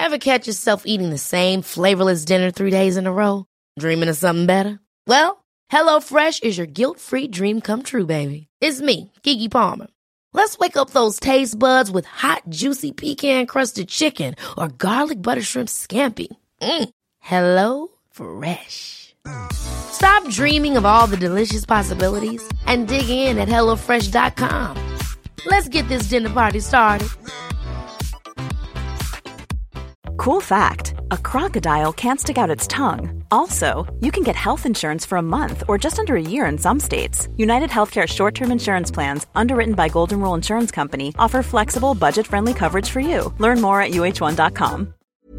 Ever catch yourself eating the same flavorless dinner 3 days in a row? Dreaming of something better? Well, HelloFresh is your guilt-free dream come true, baby. It's me, Keke Palmer. Let's wake up those taste buds with hot, juicy pecan-crusted chicken or garlic butter shrimp scampi. Hello Fresh. Stop dreaming of all the delicious possibilities and dig in at HelloFresh.com. Let's get this dinner party started. Cool fact, a crocodile can't stick out its tongue. Also, you can get health insurance for a month or just under a year in some states. United Healthcare short-term insurance plans, underwritten by Golden Rule Insurance Company, offer flexible, budget-friendly coverage for you. Learn more at uh1.com.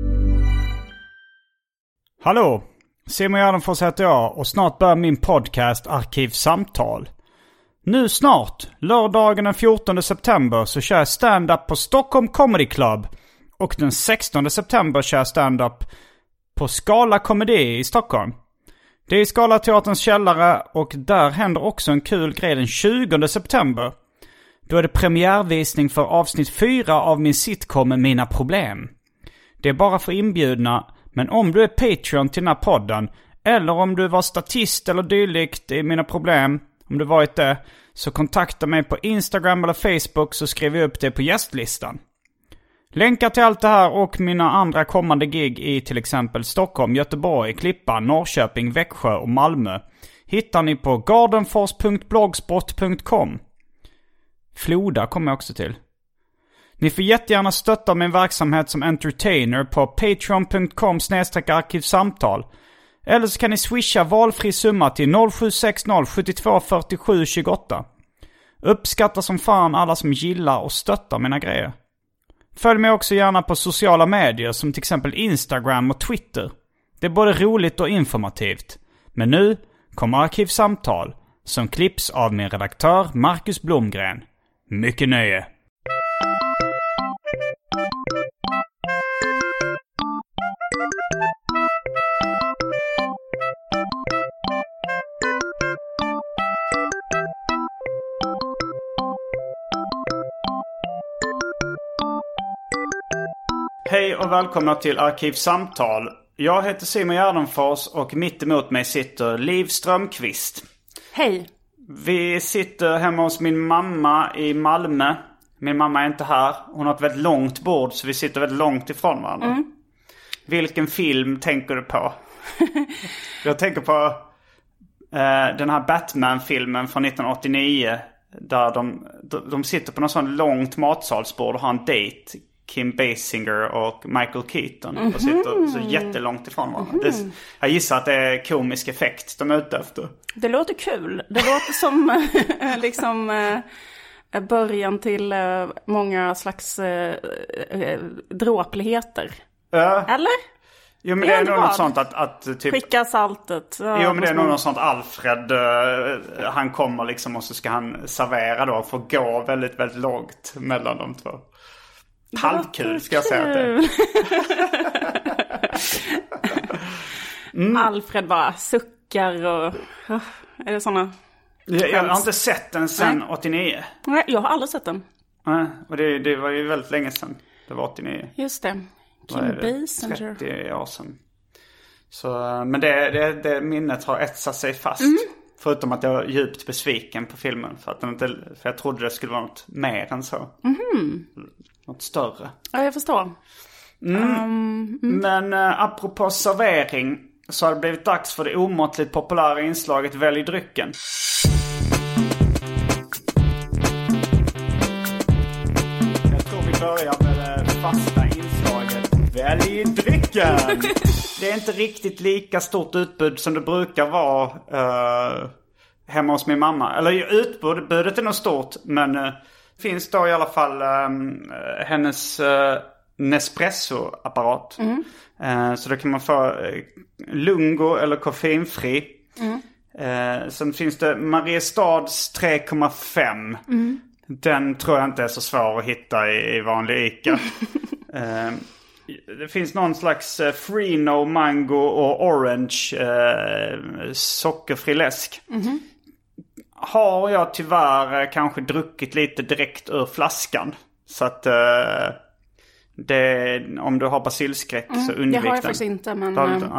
Hallå, Simon Gärdenfors heter jag och snart börjar min podcast Arkivsamtal. Nu snart, lördagen den 14 september, så kör jag stand-up på Stockholm Comedy Club. Och den 16 september kör jag stand-up på Skala Komedi i Stockholm. Det är i Skala Teaterns källare och där händer också en kul grej den 20 september. Då är det premiärvisning för avsnitt 4 av min sitcom Mina Problem. Det är bara för inbjudna, men om du är Patreon till den här podden eller om du var statist eller dylikt i Mina Problem, om du varit det, så kontakta mig på Instagram eller Facebook så skriver jag upp det på gästlistan. Länkar till allt det här och mina andra kommande gig i till exempel Stockholm, Göteborg, Klippan, Norrköping, Växjö och Malmö hittar ni på gardenfors.blogspot.com. Floda kommer jag också till. Ni får jättegärna stötta min verksamhet som entertainer på patreon.com/arkivsamtal. Eller så kan ni swisha valfri summa till 0760 72 47 28. Uppskattar som fan alla som gillar och stöttar mina grejer. Följ mig också gärna på sociala medier som till exempel Instagram och Twitter. Det är både roligt och informativt. Men nu kommer Arkivsamtal som klipps av min redaktör Marcus Blomgren. Mycket nöje! Hej och välkomna till Arkivsamtal. Jag heter Simon Gärdenfors och mitt emot mig sitter Liv Strömqvist. Hej. Vi sitter hemma hos min mamma i Malmö. Min mamma är inte här. Hon har ett väldigt långt bord så vi sitter väldigt långt ifrån varandra. Vilken film tänker du på? Jag tänker på den här Batman-filmen från 1989. Där de sitter på någon sån långt matsalsbord och har en dejt. Kim Basinger och Michael Keaton och sitter så jättelångt ifrån varandra. Jag gissar att det är komisk effekt de är ute efter. Det låter kul. Det låter som liksom början till många slags dråpligheter. Eller? Jo, men det är nog något sånt att typ... Skicka saltet. Ja, jo, men det är nog något sånt Alfred. Han kommer liksom och så ska han servera då. För att gå väldigt, väldigt långt mellan de två. Halvkul ska jag säga att det Alfred bara suckar och... är det såna... Jag har inte sett den sen 89. Nej, jag har aldrig sett den. Nej, och det var ju väldigt länge sedan. Det var 89. Just det. Kim Basinger. 30 år sedan. Så, men det minnet har etsat sig fast. Förutom att jag är djupt besviken på filmen. För jag trodde det skulle vara något mer än så. Något större. Ja, jag förstår. Men apropå servering så har det blivit dags för det omåttligt populära inslaget Välj drycken. Jag tror vi börjar med det fasta inslaget Välj drycken. Det är inte riktigt lika stort utbud som det brukar vara hemma hos min mamma. Eller utbudet är nog stort, men... finns då i alla fall hennes Nespresso-apparat. Så då kan man få Lungo eller koffeinfri. Sen finns det Mariestads 3,5. Den tror jag inte är så svår att hitta i vanlig Ica. Det finns någon slags Frino, Mango och Orange sockerfri läsk. Har jag tyvärr kanske druckit lite direkt ur flaskan. Så att Om du har basilskräck så undvik den. Det har jag faktiskt inte, men...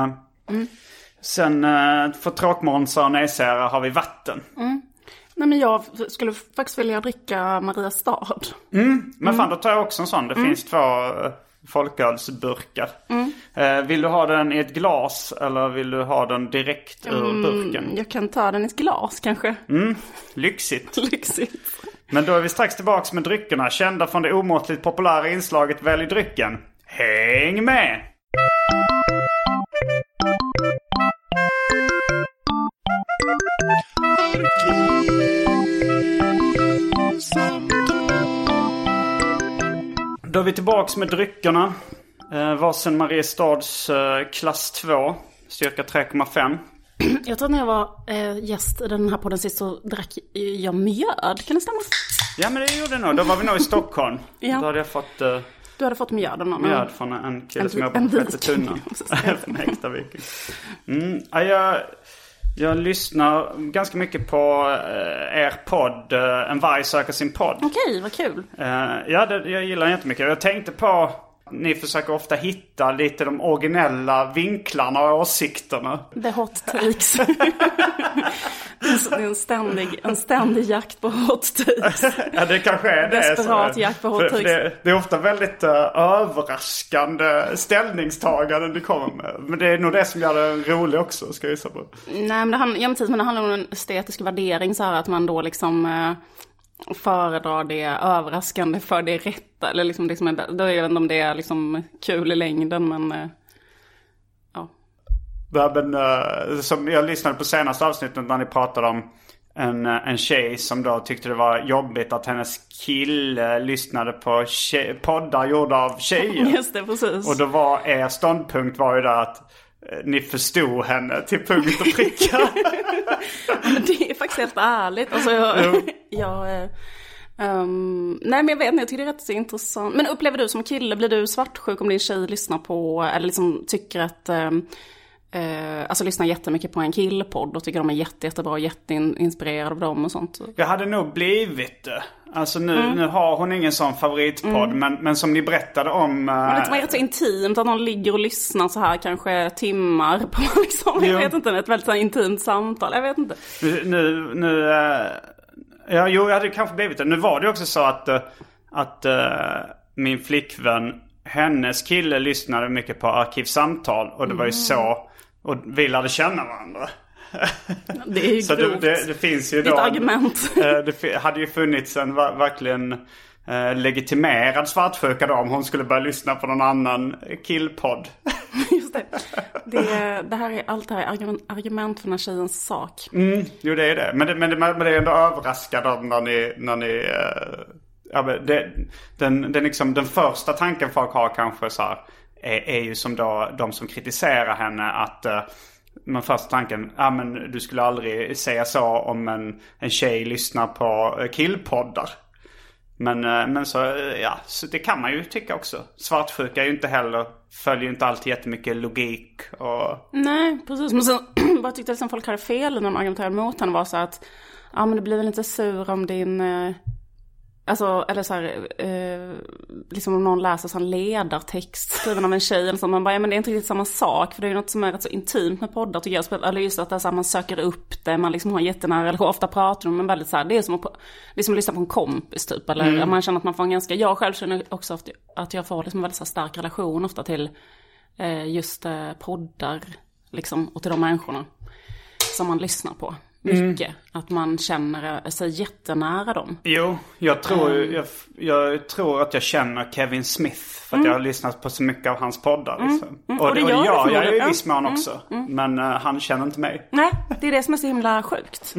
Sen för tråkmånsar och nejsära har vi vatten. Nej, men jag skulle faktiskt vilja dricka Mariestad. Men fan, då tar jag också en sån. Det finns 2 folkölsburkar. Vill du ha den i ett glas eller vill du ha den direkt ur burken? Jag kan ta den i ett glas kanske. Lyxigt. Lyxigt. Men då är vi strax tillbaka med dryckerna. Kända från det omåttligt populära inslaget Välj drycken. Häng med! Då är vi tillbaka med dryckerna. Varsin Mariestads klass 2, styrka 3,5. Jag tror att när jag var gäst i den här podden sist så drack jag mjöd. Kan det stämma? Ja, men det gjorde nog. Då var vi nog i Stockholm. Ja. Då hade jag fått... Du hade fått mjöd av någon? Mjöd från en kille som jobbar på Sjätte tunnan. En äkta viking. Jag lyssnar ganska mycket på er podd, En varg söker sin podd. Okej, vad kul. Jag gillar den jättemycket. Jag tänkte på, ni försöker ofta hitta lite de originella vinklarna och åsikterna. The hot takes. Det är en ständig jakt på hot takes. Ja, det kanske är det. Desperat jakt på hot takes. Det är ofta väldigt överraskande ställningstaganden du kommer med. Men det är nog det som gör det roligt också, ska jag gissa på. Nej, men det handlar om en estetisk värdering så här, att man då liksom föredrar det överraskande för det rätta. Eller liksom det som är, då är jag vet inte om det är liksom kul i längden, men ja. Som jag lyssnade på senaste avsnittet när ni pratade om en tjej som då tyckte det var jobbigt att hennes kille lyssnade på poddar gjorda av tjejer. Just det, precis. Och då var er ståndpunkt var ju där att ni förstod henne till punkt och pricka. Det är faktiskt helt ärligt. Alltså nej, men jag vet inte, jag tycker det är rätt så intressant. Men upplever du som kille, blir du svartsjuk om din tjej lyssnar på, eller liksom tycker att alltså lyssnar jättemycket på en killpodd och tycker de är jättebra och jätteinspirerade av dem och sånt? Jag hade nog blivit det. Alltså nu har hon ingen sån favoritpodd, men som ni berättade om... Men det är rätt så intimt att någon ligger och lyssnar så här kanske timmar på liksom, jag vet inte, ett väldigt så intimt samtal, jag vet inte. Jag hade kanske blivit det. Nu var det också så att min flickvän, hennes kille lyssnade mycket på Arkivsamtal och det var ju så, och vi lärde känna varandra. Det är ju så det finns ju då ett argument. Det hade ju funnits en verkligen legitimerad svartsjuka då om hon skulle börja lyssna på någon annan killpodd. Just det här är allt det här argument för den här tjejens sak. Jo, det är det. Men det är ändå överraskande när ni den första tanken folk har kanske så här, är ju som då de som kritiserar henne att men första tanken, men du skulle aldrig säga så om en tjej lyssnar på killpoddar. Men så det kan man ju tycka också. Svartsjuka är ju inte heller, följer ju inte alltid jättemycket logik och... Nej, precis. Men så bara tyckte att folk hade fel när de argumenterade mot henne var så att men du blir väl inte sur om din... Alltså, eller så här, liksom om någon läser sån ledartext skriven av en tjej eller så, man bara, men det är inte riktigt samma sak, för det är ju något som är rätt så intimt med poddar tycker jag, eller just att det är så här, man söker upp det, man liksom har jättenära relation, ofta pratar de, men väldigt så här, det är som att lyssna på en kompis typ, eller man känner att man får en ganska, jag själv känner också ofta att jag får liksom en väldigt så här stark relation ofta till just poddar liksom, och till de människorna som man lyssnar på. Mycket. Att man känner sig jättenära dem. Jo, jag tror att jag känner Kevin Smith. För att jag har lyssnat på så mycket av hans poddar. Liksom. Och det gör jag i viss mån också. Men han känner inte mig. Nej, det är det som är så himla sjukt.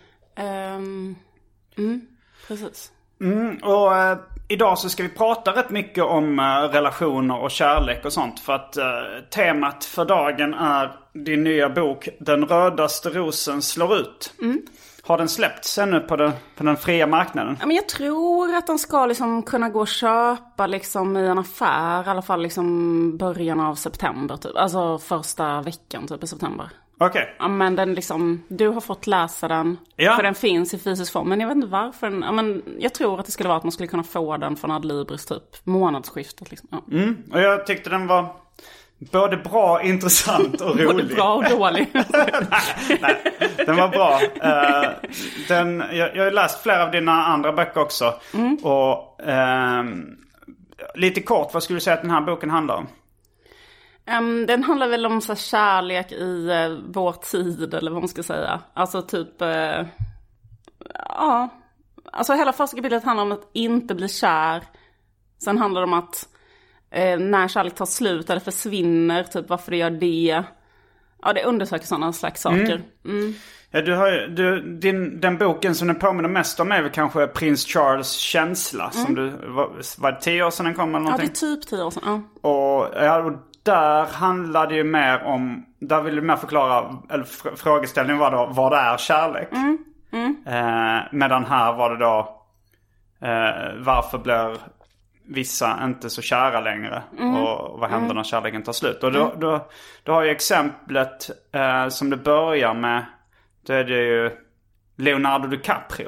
Precis. Och idag så ska vi prata rätt mycket om relationer och kärlek och sånt. För att temat för dagen är din nya bok Den rödaste rosen slår ut. Har den släppts ännu på den fria marknaden? Ja, men jag tror att den ska liksom kunna gå och köpa liksom i en affär. I alla fall liksom början av september typ. Alltså första veckan typ i september. Okej. Ja, men den liksom, du har fått läsa den. Ja. För den finns i fysisk form. Men jag vet inte varför. Ja, men jag tror att det skulle vara att man skulle kunna få den från Adlibris typ månadsskiftet. Liksom. Ja. Och jag tyckte den var både bra, intressant och rolig. Både bra och dålig. Nej, den var bra. Jag har läst flera av dina andra böcker också. Och lite kort, vad skulle du säga att den här boken handlar om? Den handlar väl om så här, kärlek i vår tid, eller vad man ska säga. Alltså typ, ja. Alltså hela första kapitlet handlar om att inte bli kär. Sen handlar det om att när kärlek tar slut eller försvinner, typ varför det gör det. Ja, det undersöker sådana slags saker. Ja, den boken som den påminner mest om är väl kanske Prins Charles känsla. Som var det 10 år sedan den kom eller någonting? Ja, det är typ 10 år sedan. Ja. Och där handlade det ju mer om, där vill du mer förklara, eller frågeställningen var då, vad är kärlek? Medan här var det då, varför blir vissa inte så kära längre? Och vad händer när kärleken tar slut? Och då har ju exemplet som det börjar med, då är det ju Leonardo DiCaprio.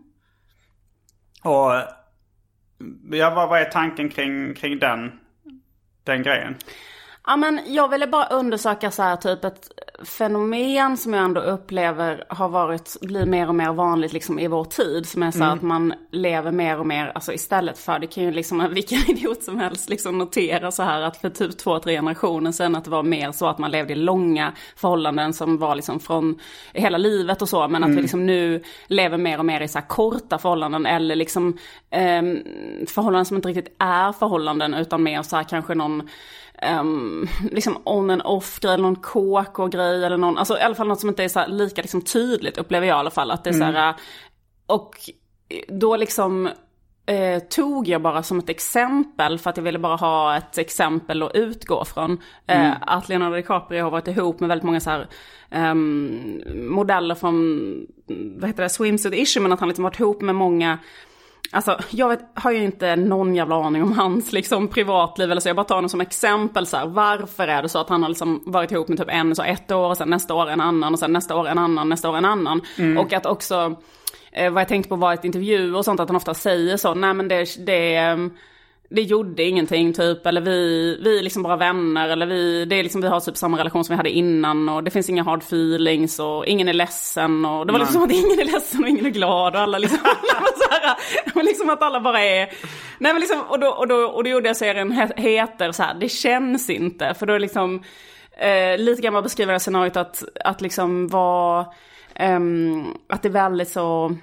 Och vad är tanken kring den grejen? Ja, men jag ville bara undersöka så här typ ett fenomen som jag ändå upplever blir mer och mer vanligt liksom i vår tid, som är så att man lever mer och mer, alltså istället för, det kan ju liksom vilken idiot som helst liksom notera så här att för typ 2-3 generationer sedan att det var mer så att man levde i långa förhållanden som var liksom från hela livet och så, men att vi liksom nu lever mer och mer i så här korta förhållanden, eller liksom förhållanden som inte riktigt är förhållanden utan mer så här kanske någon liksom on and off grej, eller någon KK-grej eller någon, alltså i alla fall något som inte är så här lika liksom tydligt, upplever jag i alla fall att det är så här, och då liksom tog jag bara som ett exempel, för att jag ville bara ha ett exempel att utgå från, att Leonardo DiCaprio har varit ihop med väldigt många så här modeller från, vad heter det, Swimsuit Issue, men att han liksom varit ihop med många. Alltså, har ju inte någon jävla aning om hans liksom privatliv, eller så jag bara tar honom som exempel så här, varför är det så att han har liksom varit ihop med typ ett år, och sen nästa år en annan, och sen nästa år en annan, nästa år en annan. Och att också, vad jag tänkte på var ett intervju och sånt, att han ofta säger så, nej men det gjorde ingenting typ, eller vi är liksom bara vänner, eller vi har typ samma relation som vi hade innan, och det finns inga hard feelings, och ingen är ledsen, och det var liksom att ingen är ledsen och ingen är glad, och alla liksom men liksom att alla bara är, nej men liksom, och då gjorde jag serien heter så här, det känns inte, för då är liksom lite grann man beskriver det scenariot att liksom att det är väldigt så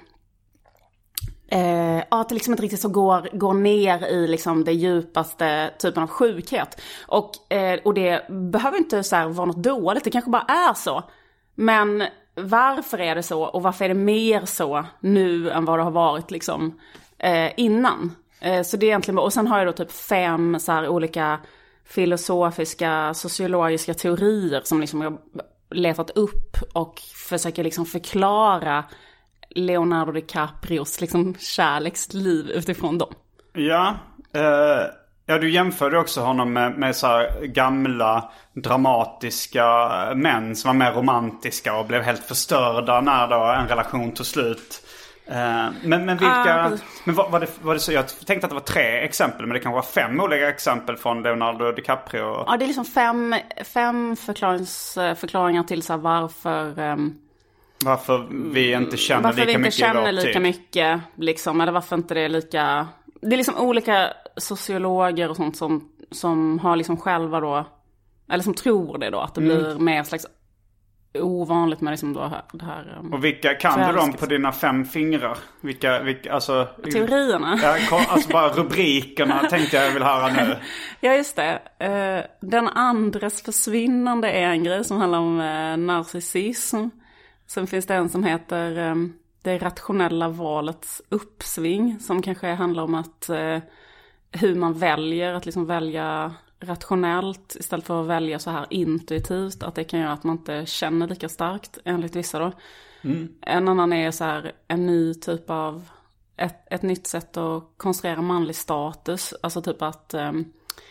att det liksom inte riktigt så går ner i liksom det djupaste typen av sjukhet. Och det behöver inte så här vara något dåligt, det kanske bara är så. Men varför är det så, och varför är det mer så nu än vad det har varit liksom innan? Så det är egentligen, och sen har jag då typ 5 så här olika filosofiska, sociologiska teorier som liksom jag har letat upp och försöker liksom förklara Leonardo DiCaprios liksom kärleksliv utifrån dem. Ja, du jämförde också honom med så här gamla dramatiska män som var mer romantiska och blev helt förstörda när då en relation tog slut. Men vilka, men var det så, jag tänkte att det var 3 exempel, men det kan vara 5 olika exempel från Leonardo DiCaprio. Ja, det är liksom 5 förklaringar till så här varför vi inte känner lika mycket liksom, eller varför inte det är lika. Det är liksom olika sociologer och sånt som har liksom själva då, eller som tror det då, att det blir mer slags ovanligt med liksom då det här. Och vilka kan du dem på dina 5 fingrar? Vilka alltså teorierna? Ja, alltså bara rubrikerna tänkte jag vill höra nu. Ja, just det. Den andres försvinnande är en grej som handlar om narcissism. Sen finns det en som heter det rationella valets uppsving, som kanske handlar om att hur man väljer, att liksom välja rationellt istället för att välja så här intuitivt, att det kan göra att man inte känner lika starkt enligt vissa då. En annan är så här en ny typ av ett nytt sätt att konstruera manlig status, alltså typ att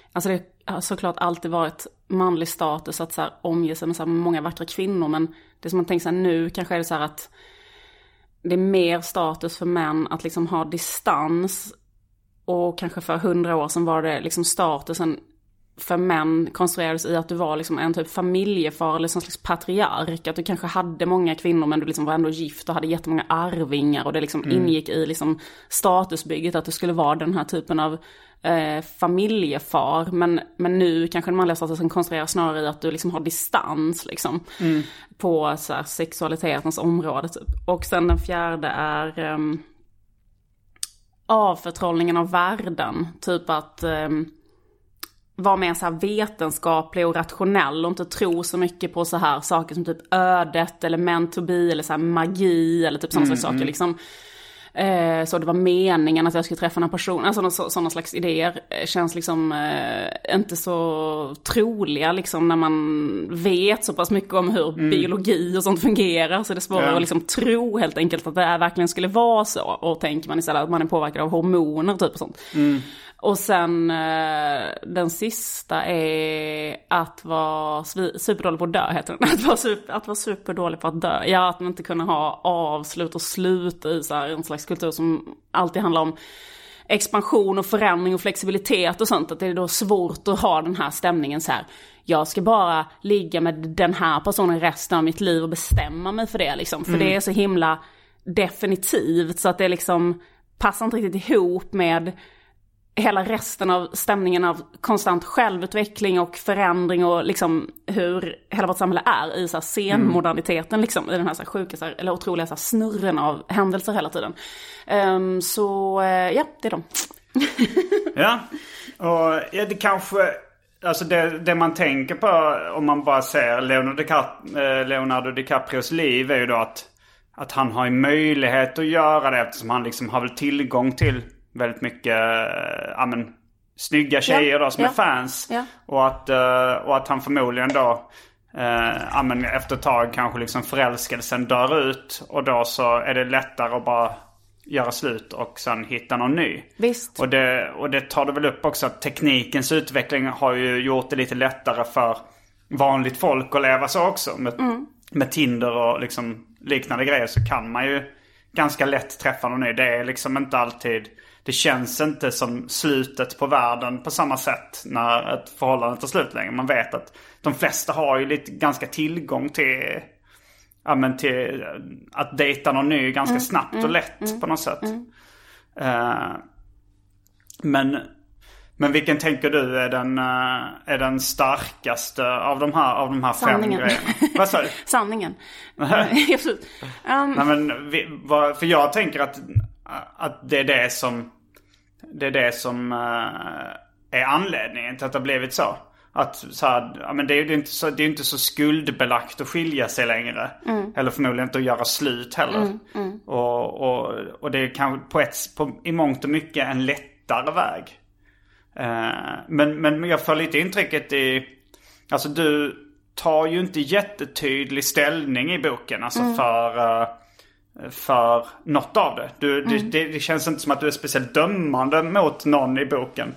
alltså det har såklart alltid varit manlig status att så här omge sig med så här många vackra kvinnor, men det som man tänker så här, nu kanske är det så här att det är mer status för män att liksom ha distans, och kanske för 100 år sedan var det liksom statusen för män konstruerades i att du var liksom en typ familjefar eller som slags patriark, att du kanske hade många kvinnor men du liksom var ändå gift och hade jättemånga arvingar, och det liksom ingick i liksom statusbygget att du skulle vara den här typen av familjefar, men nu kanske den manliga statusen konstrueras snarare i att du liksom har distans liksom på så här, sexualitetens område typ. Och sen den fjärde är avförtrollningen av världen, typ att vara mer så här vetenskaplig och rationell och inte tro så mycket på så här saker som typ ödet eller meant to be eller så här magi eller typ sådana slags saker liksom. Så det var meningen att jag skulle träffa en person, alltså sådana slags idéer känns liksom inte så troliga liksom, när man vet så pass mycket om hur biologi och sånt fungerar, så det är svårare att liksom tro helt enkelt att det verkligen skulle vara så, och tänker man istället att man är påverkad av hormoner typ och sånt. Och sen den sista är att vara superdålig på att dö, heter den. Att vara superdålig på att dö. Ja, att man inte kunna ha avslut och slut i så här en slags kultur som alltid handlar om expansion och förändring och flexibilitet och sånt. Att det är då svårt att ha den här stämningen så här: jag ska bara ligga med den här personen resten av mitt liv och bestämma mig för det liksom. För det är så himla definitivt så att det liksom passar inte riktigt ihop med hela resten av stämningen av konstant självutveckling och förändring och liksom hur hela vårt samhälle är i så här senmoderniteten liksom, i den här, så här sjuka så här, eller otroliga så här snurren av händelser hela tiden. Så ja, det är de. Ja, och ja, det kanske, alltså det man tänker på om man bara ser Leonardo DiCaprios liv är ju då att han har en möjlighet att göra det eftersom han liksom har väl tillgång till väldigt mycket snygga tjejer då, som är fans. Ja. Och att han förmodligen då efter ett tag kanske liksom förälskelsen dör ut. Och då så är det lättare att bara göra slut och sen hitta någon ny. Visst. Och det tar det väl upp också att teknikens utveckling har ju gjort det lite lättare för vanligt folk att leva så också. Med Tinder och liksom liknande grejer så kan man ju ganska lätt träffa någon ny. Det är liksom inte alltid... Det känns inte som slutet på världen på samma sätt när ett förhållande tar slut längre. Man vet att de flesta har ju lite ganska tillgång till att dejta någon ny ganska snabbt och lätt på något sätt. Men vilken tänker du är den starkaste av de här fem grejerna? Vad sa du? Sanningen. Absolut. Nej, men för jag tänker att det är det som är anledningen till att det har blivit så. Att så här, men det är inte så skuldbelagt att skilja sig längre. Eller förmodligen inte att göra slut heller. Och det är kanske i mångt och mycket en lättare väg. Men jag får lite intrycket alltså du tar ju inte jättetydlig ställning i boken alltså för något av det. Det känns inte som att du är speciellt dömande mot någon i boken.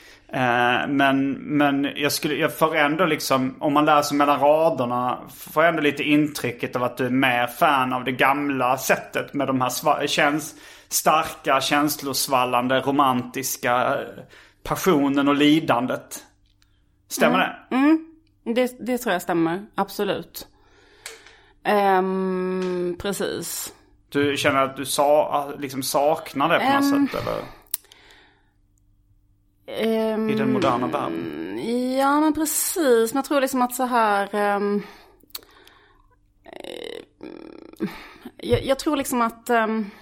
Men jag får ändå liksom, om man läser mellan raderna, får jag ändå lite intrycket av att du är mer fan av det gamla sättet med de här starka, känslosvallande, romantiska passionen och lidandet. Stämmer det? Det tror jag stämmer, absolut. Precis. Du känner att du liksom saknar det på något sätt, eller? I den moderna världen. Ja, men precis. Men jag tror liksom att så här... jag tror liksom att...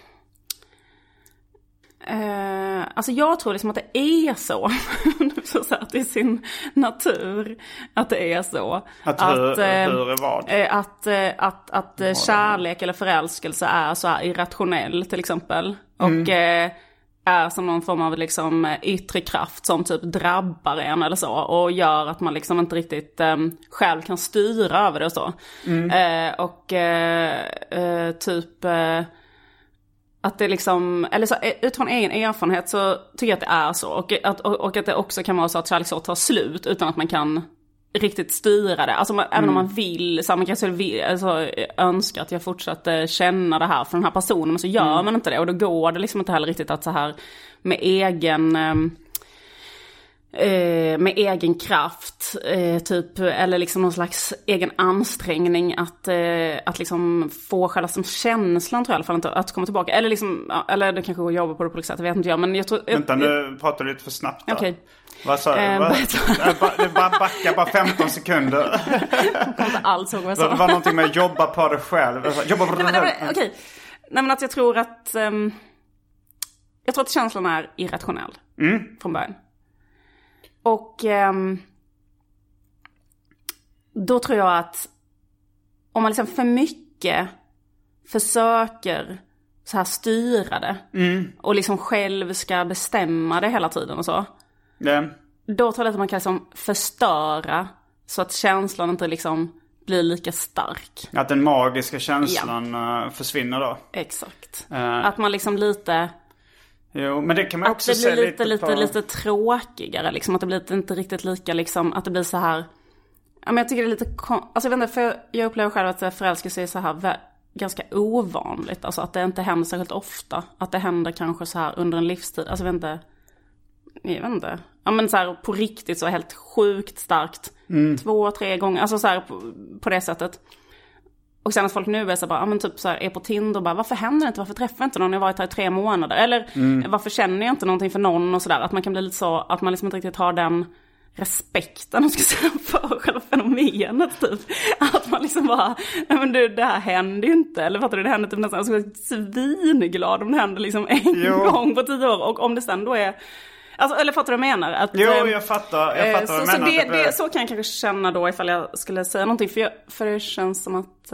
alltså jag tror liksom att det är så. Så att det är sin natur att det är så. Hur är vad? Att kärlek eller förälskelse är så här irrationell till exempel. Och är som någon form av liksom yttre kraft som typ drabbar en eller så. Och gör att man liksom inte riktigt själv kan styra över det och så. att det liksom, eller så, utifrån egen erfarenhet så tycker jag att det är så. Och att det också kan vara så att kärleksår tar slut utan att man kan riktigt styra det. Alltså även om man vill, så man kanske önskar att jag fortsätter känna det här för den här personen, men så gör man inte det. Och då går det liksom inte heller riktigt att så här med egen kraft typ, eller liksom någon slags egen ansträngning att liksom få själva som känslan, tror jag i alla fall, inte att komma tillbaka, eller liksom, eller det kanske går att jobba på det på olika sätt, jag vet inte jag, men jag tror... Vänta, nu pratar du lite för snabbt då. Okej. Vad sa du? Backa bara 15 sekunder. Jag kommer inte alls ihåg vad jag sa. Det var någonting med att jobba på det själv. Okej. Nej, men att jag tror att känslan är irrationell från början. Och då tror jag att om man liksom för mycket försöker så här styra det och liksom själv ska bestämma det hela tiden och så. Då tror jag att man kan liksom förstöra så att känslan inte liksom blir lika stark. Att den magiska känslan försvinner då. Exakt. Att man liksom lite... Jo, men det kan man också se lite tråkigare liksom, att det blir inte riktigt lika liksom, att det blir så här. Ja, men jag tycker det är lite alltså jag vet inte, för jag upplever själv att förälskelse är så här ganska ovanligt, alltså att det inte händer särskilt ofta, att det händer kanske så här under en livstid, alltså jag vet inte. Ja, men så här på riktigt så helt sjukt starkt 2-3 gånger, alltså så här på det sättet. Och sen att folk nu är så bara, men typ så här, är på Tinder och bara, varför händer det inte? Varför träffar jag inte någon? Jag har varit här i 3 månader. Eller varför känner jag inte någonting för någon och sådär. Att man kan bli lite så, att man liksom inte riktigt har den respekten, om ska säga, för själva fenomenet typ. Att man liksom bara, nej men det här händer ju inte. Eller fattar du, det händer typ nästan, jag skulle vara svinglad om det händer liksom en gång på 10 år. Och om det sen då är... Alltså, eller fattar du vad jag menar? Att, jag fattar vad du menar. Så kan jag kanske känna då ifall jag skulle säga någonting. För det känns som att...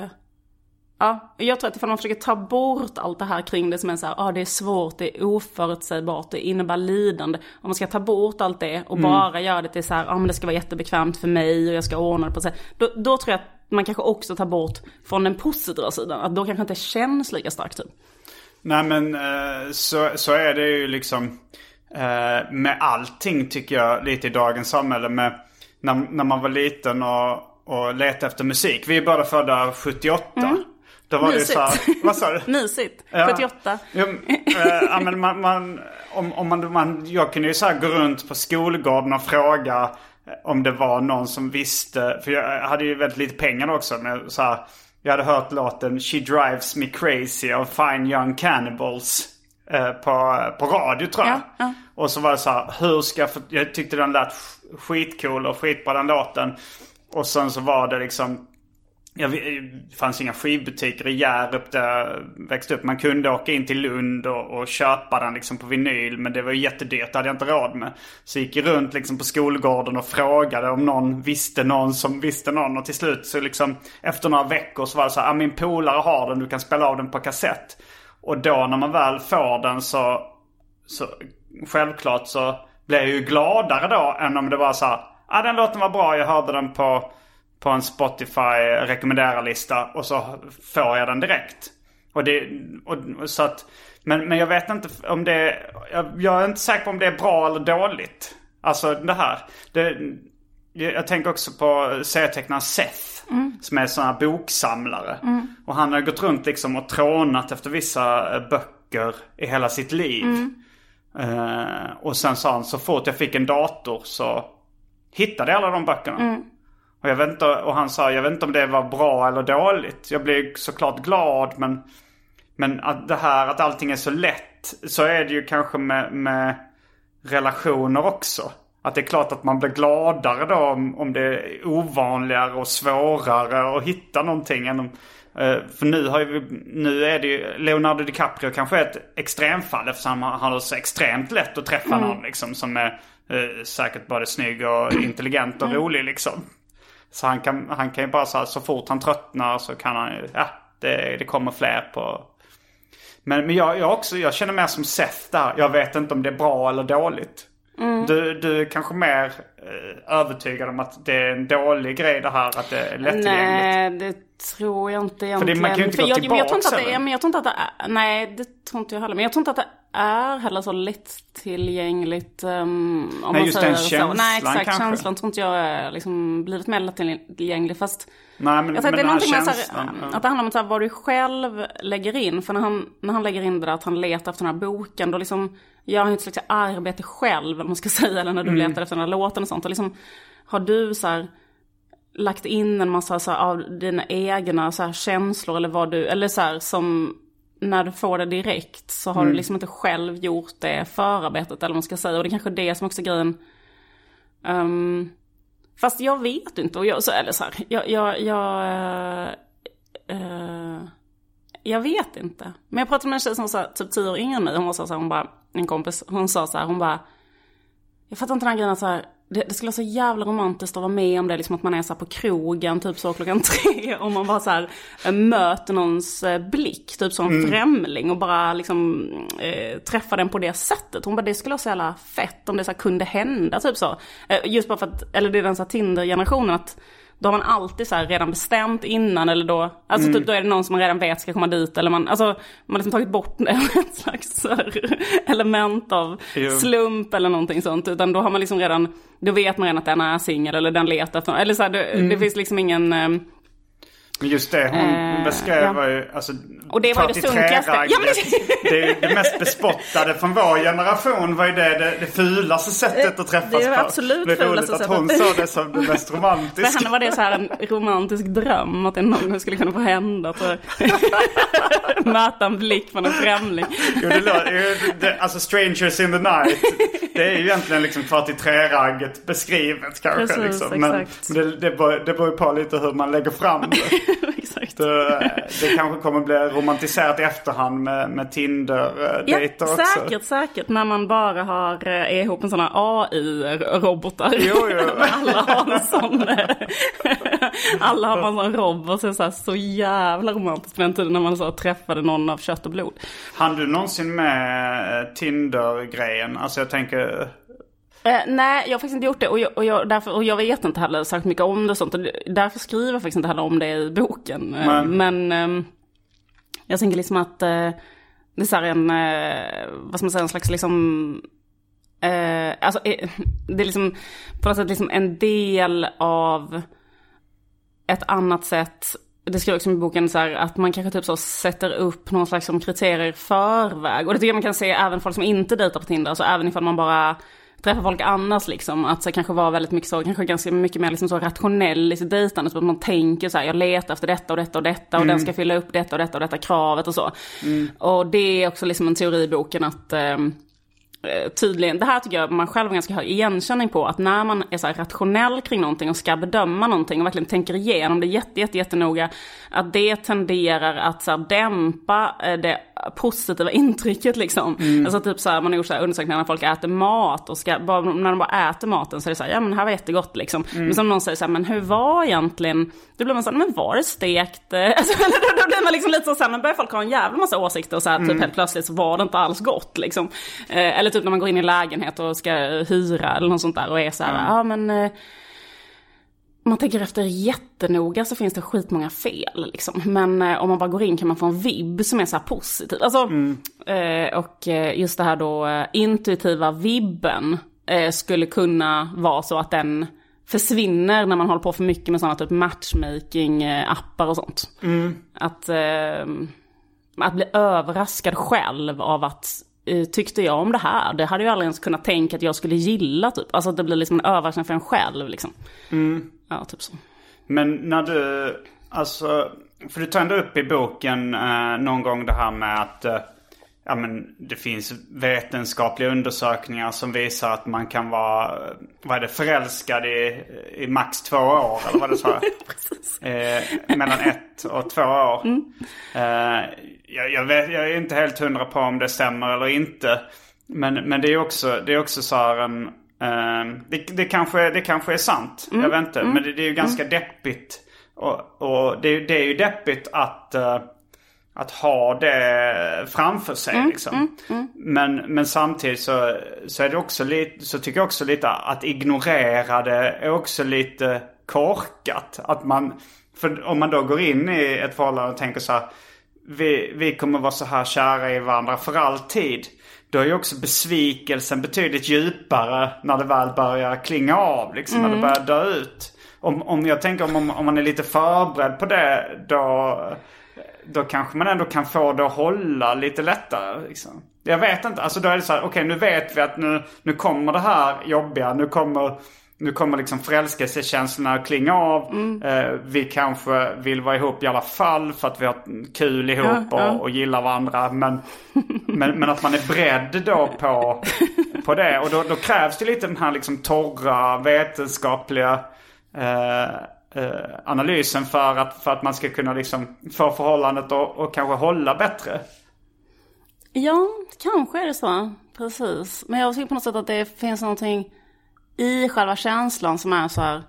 jag tror att ifall man försöker ta bort allt det här kring det som är så här, det är svårt, det är oförutsägbart, det innebär lidande. Om man ska ta bort allt det och bara göra det till så här, men det ska vara jättebekvämt för mig och jag ska ordna det på sig. Då tror jag att man kanske också tar bort från den positiva sidan. Att då kanske inte känns lika starkt typ. Nej, men så är det ju liksom... med allting tycker jag lite i dagens samhälle, med när man var liten och letade efter musik. Vi är bara födda 78. Då var mysigt. Det så här, vad sa du? Mysigt. Ja. 78. Men jag kunde ju så här gå runt på skolgården och fråga om det var någon som visste, för jag hade ju väldigt lite pengar också, men så här, jag hade hört låten She Drives Me Crazy av Fine Young Cannibals på radio, tror jag. Ja. Och så var det så här, jag tyckte den lät skitcool och skitbra, den låten. Och sen så var det liksom, det fanns inga skivbutiker i Hjärup där jag växte upp. Man kunde åka in till Lund och köpa den liksom på vinyl, men det var ju jättedyrt, det hade jag inte råd med. Så gick jag runt liksom på skolgården och frågade om någon visste någon som visste någon. Och till slut så liksom, efter några veckor så var det så här, min polare har den, du kan spela av den på kassett. Och då när man väl får den så självklart så blir jag ju gladare då än om det var så här, den låten var bra, jag hörde den på en Spotify rekommenderarlista och så får jag den direkt. Så att, men jag vet inte om det, jag är inte säker på om det är bra eller dåligt. Alltså det här, jag tänker också på serietecknaren Seth. Som är sån här boksamlare. Och han har gått runt liksom och trånat efter vissa böcker i hela sitt liv. Och sen sa han, så fort jag fick en dator så hittade jag alla de böckerna. Och jag vet inte, och han sa, jag vet inte om det var bra eller dåligt. Jag blev såklart glad, men att det här att allting är så lätt, så är det ju kanske med relationer också. Att det är klart att man blir gladare då om det är ovanligare och svårare att hitta någonting än för nu är det ju Leonardo DiCaprio kanske är ett extremfall, eftersom han har så extremt lätt att träffa någon liksom, som är säkert både snygg och intelligent och rolig liksom. Så han kan ju bara så fort han tröttnar så kan han det kommer fler på. Men jag känner mer som Seth där. Jag vet inte om det är bra eller dåligt. Du är kanske mer övertygad om att det är en dålig grej det här, att det är lättillgängligt. Nej, det tror jag inte egentligen. För man kan ju inte gå tillbaka. Jag tror inte att det är, men jag tror inte att det är, nej, det tror inte jag heller. Men jag tror inte att det är heller så lättillgängligt om nej, man just säger den känslan, så. Nej, exakt, kanske. känslan tror inte jag är liksom blivit mer lättillgänglig. Fast nej, men, jag tror att det är någonting med känslan, att det handlar om att, vad du själv lägger in. För när han lägger in det där att han letar efter den här boken, då liksom gör han ett slags arbete själv, eller man ska säga, eller när du letar efter den här låten och sånt. Och liksom, har du så här lagt in en massa så här, av dina egna så här känslor eller vad du, eller så här, som när du får det direkt så har du liksom inte själv gjort det förarbetet, eller vad man ska säga. Och det är kanske det som också är grejen. Fast jag vet inte, och jag, så, eller så här, jag vet inte. Men jag pratade med en tjej som var typ 10 år yngre än mig. Hon var så här, hon bara, en kompis, hon sa så här, hon bara, jag fattar inte den här grejen att så här, det skulle vara så jävla romantiskt att vara med om det, liksom att man är så här på krogen typ så 3:00 och man bara så här möter någons blick typ som främling och bara liksom träffar den på det sättet. Hon bara, det skulle vara så jävla fett om det så här kunde hända typ så. Just bara för att, eller det är den så här Tinder-generationen, att då har man alltid så här redan bestämt innan, eller då, alltså typ, då är det någon som man redan vet ska komma dit, eller man har liksom tagit bort ett slags så här element av slump eller någonting sånt, utan då har man liksom redan, då vet man redan att den är singel eller den letar efter, eller så här, det finns liksom ingen men just det hon beskrev var ju, alltså, och det var det sunkigaste. Det mest bespottade från vår generation var ju det fulaste sättet att träffas på. Det är absolut fulaste sättet. Att hon sa det som det mest romantiska. För henne var det så här en romantisk dröm, att det någon gång skulle kunna få hända, att möta en blick från en främling. Jo, alltså Strangers in the Night, det är ju egentligen liksom 43-ragget beskrivet kanske. Precis, liksom. Men det beror ju på lite hur man lägger fram det. Exakt. Det kanske kommer bli romantiserat i efterhand med Tinder-dejter också. Säkert. När man bara har ihop en sån här AI-robotar. Jo. Alla har en sån alla har en sån robot, så jävla romantiskt på den tiden när man så träffade någon av kött och blod. Hann du någonsin med Tinder-grejen? Alltså jag tänker... Nej, jag har faktiskt inte gjort det, och jag vet inte heller sagt mycket om det och sånt, och därför skriver jag faktiskt inte heller om det i boken. Men jag tänker liksom att det är så här en, vad ska man säga, en slags liksom alltså det är liksom på något sätt liksom en del av ett annat sätt. Det skriver också i boken så här, att man kanske typ så sätter upp någon slags som kriterier i förväg, och det tycker jag man kan se även folk som inte dejtar på Tinder, alltså även ifall man bara träffa folk annars liksom, att så kanske vara väldigt mycket så, kanske ganska mycket mer liksom så rationell i sitt dejtande, så att man tänker så här, jag letar efter detta och detta och detta, och den ska fylla upp detta och detta och detta kravet och så. Och det är också liksom en teori i boken att tydligen, det här tycker jag man själv har ganska hög igenkänning på, att när man är så här rationell kring någonting och ska bedöma någonting och verkligen tänker igenom det jättenoga, att det tenderar att så här dämpa det positiva intrycket liksom. Alltså typ så här, man har gjort så här undersökningar när folk äter mat och när de bara äter maten så är det så här, ja men det här var jättegott liksom. Men som någon säger så här, men hur var egentligen, då blir man så här, men var det stekt? Alltså, då blir man liksom lite så här, men börjar folk ha en jävla massa åsikter och så här, typ helt plötsligt så var det inte alls gott liksom. Eller typ när man går in i lägenhet och ska hyra eller något sånt där och är så här, ja men man tänker efter jättenoga så finns det skitmånga fel liksom. Men om man bara går in kan man få en vibb som är så här positiv. Alltså, och just det här då intuitiva vibben skulle kunna vara så att den försvinner när man håller på för mycket med sådana typ matchmaking-appar och sånt. Att bli överraskad själv av att tyckte jag om det här? Det hade ju aldrig ens kunnat tänka att jag skulle gilla typ. Alltså att det blir liksom en överraskning för en själv liksom. Ja, typ så. Men när du, alltså, för du tar ändå upp i boken någon gång det här med att ja, men det finns vetenskapliga undersökningar som visar att man kan vara, vad är det, förälskad i max 2 år, eller vad det sa? Mellan 1 och 2 år. Jag är inte helt 100 på om det stämmer eller inte. Men det är också så här en det kanske är sant. Jag vet inte, men det är ju ganska deppigt. Och det är ju deppigt att att ha det framför sig liksom. Men samtidigt så är det också lite, så tycker jag också lite att ignorera det är också lite korkat. Att man, för om man då går in i ett förhållande och tänker så här, vi kommer vara så här kära i varandra för alltid. Då är ju också besvikelsen betydligt djupare när det väl börjar klinga av liksom, när det börjar dö ut. Om jag tänker om man är lite förberedd på det, då kanske man ändå kan få det att hålla lite lättare liksom. Jag vet inte, alltså då är det så här, okej, nu vet vi att nu kommer det här jobbiga, nu kommer liksom förälskelsekänslorna att klinga av. Vi kanske vill vara ihop i alla fall för att vi har kul ihop och gillar varandra. Men att man är beredd då på det. Och då krävs det lite den här liksom torra vetenskapliga analysen för att man ska kunna liksom få förhållandet och kanske hålla bättre. Ja, kanske är det så. Precis. Men jag tycker på något sätt att det finns någonting i själva känslan som är så här,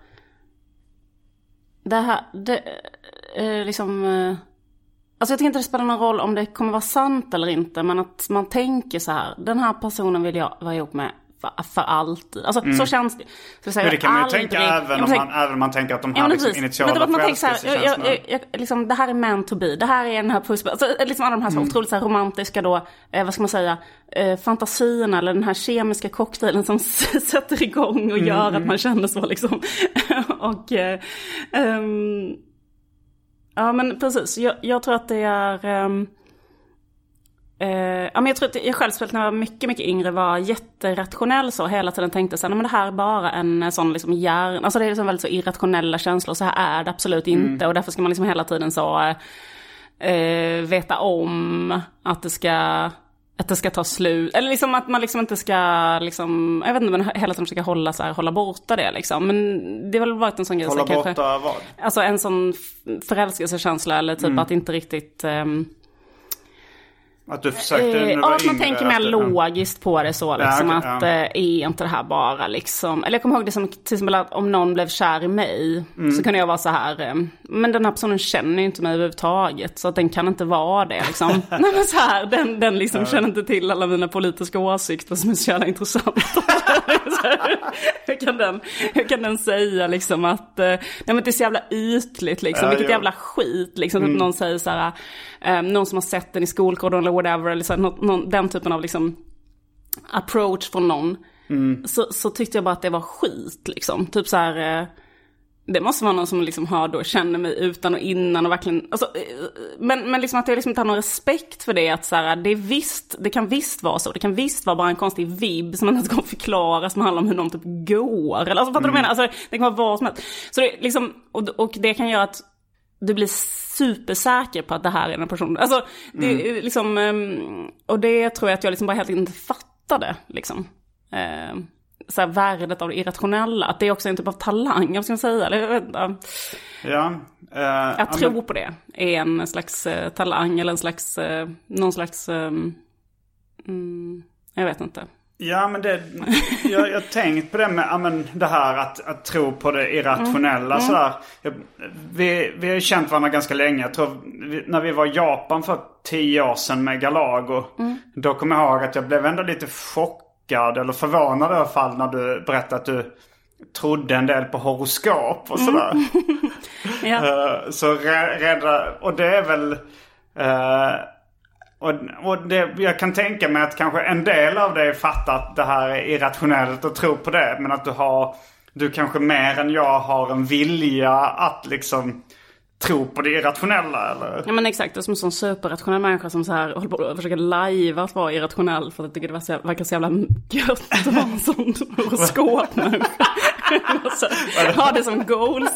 liksom, alltså jag tycker inte det spelar någon roll om det kommer vara sant eller inte, men att man tänker så här, den här personen vill jag vara ihop med för alltid. Alltså så känns det. Så säga, det kan man ju tänka även om man tänker att de här liksom initiala förälskelsekänslorna. Liksom, det här är meant to be. Det här är den här puss. Alltså, liksom alla de här så otroligt så här romantiska då, vad ska man säga, fantasierna eller den här kemiska cocktailen som sätter igång och gör att man känner så liksom. Och ja, men precis. Jag tror att det är men jag tror att jag själv när jag var mycket, mycket yngre var jätterationell så hela tiden tänkte så här, men det här är bara en sån liksom alltså det är liksom väldigt så irrationella känslor, så här är det absolut inte, och därför ska man liksom hela tiden så veta om att det ska ta slut, eller liksom att man liksom inte ska liksom, jag vet inte, men hela tiden försöka hålla borta det liksom, men det har väl varit en sån grej. Hålla borta kanske, vad? Alltså en sån förälskelsekänsla eller typ att inte riktigt att du försökte att man tänker mer logiskt på det så liksom, att är inte det här bara liksom, eller jag kommer ihåg det som till exempel att om någon blev kär i mig så kunde jag vara så här, men den här personen känner ju inte mig överhuvudtaget, så att den kan inte vara det liksom. Nej, men så här, den liksom känner inte till alla mina politiska åsikter som är så jävla intressanta. hur kan den säga liksom att nej, men det är så jävla ytligt liksom, vilket jävla skit liksom, att någon säger så här, någon som har sett den i skolkorridoren eller whatever, eller så här, den typen av liksom approach från någon, så tyckte jag bara att det var skit liksom, typ så här, det måste vara någon som liksom har då känner mig utan och innan och verkligen, alltså, men liksom att jag liksom inte har någon respekt för det, att så här, det kan visst vara så, det kan visst vara bara en konstig vibb som man inte kan förklara, som handlar om hur någon typ går, eller alltså, fattar du menar, alltså det kan vara vad som helst, så det liksom, och det kan göra att du blir supersäker på att det här är en person. Alltså, det är liksom, och det tror jag att jag liksom bara helt inte fattade liksom. Så här, värdet av det irrationella, att det är också en typ av talang, jag ska säga, eller jag vet inte. Ja, att tro på det är en slags talang, eller en slags någon slags jag vet inte. Ja, men jag har tänkt på det med det här att tro på det irrationella sådär. Vi har känt varandra ganska länge. Jag tror när vi var i Japan för 10 år sedan med Galago, då kommer jag ihåg att jag blev ändå lite chockad eller förvånad i alla fall när du berättade att du trodde en del på horoskop och sådär. Och det är väl och jag kan tänka mig att kanske en del av det är fattat att det här är irrationellt och tro på det. Men att du kanske mer än jag har en vilja att liksom tro på det irrationella, eller? Ja, men exakt, det är som en sån superrationell människa som så här håller på att försöka lajva att vara irrationell för att jag tycker det verkar så jävla gött att vara en sån horoskopmänniska. Ha det som goals.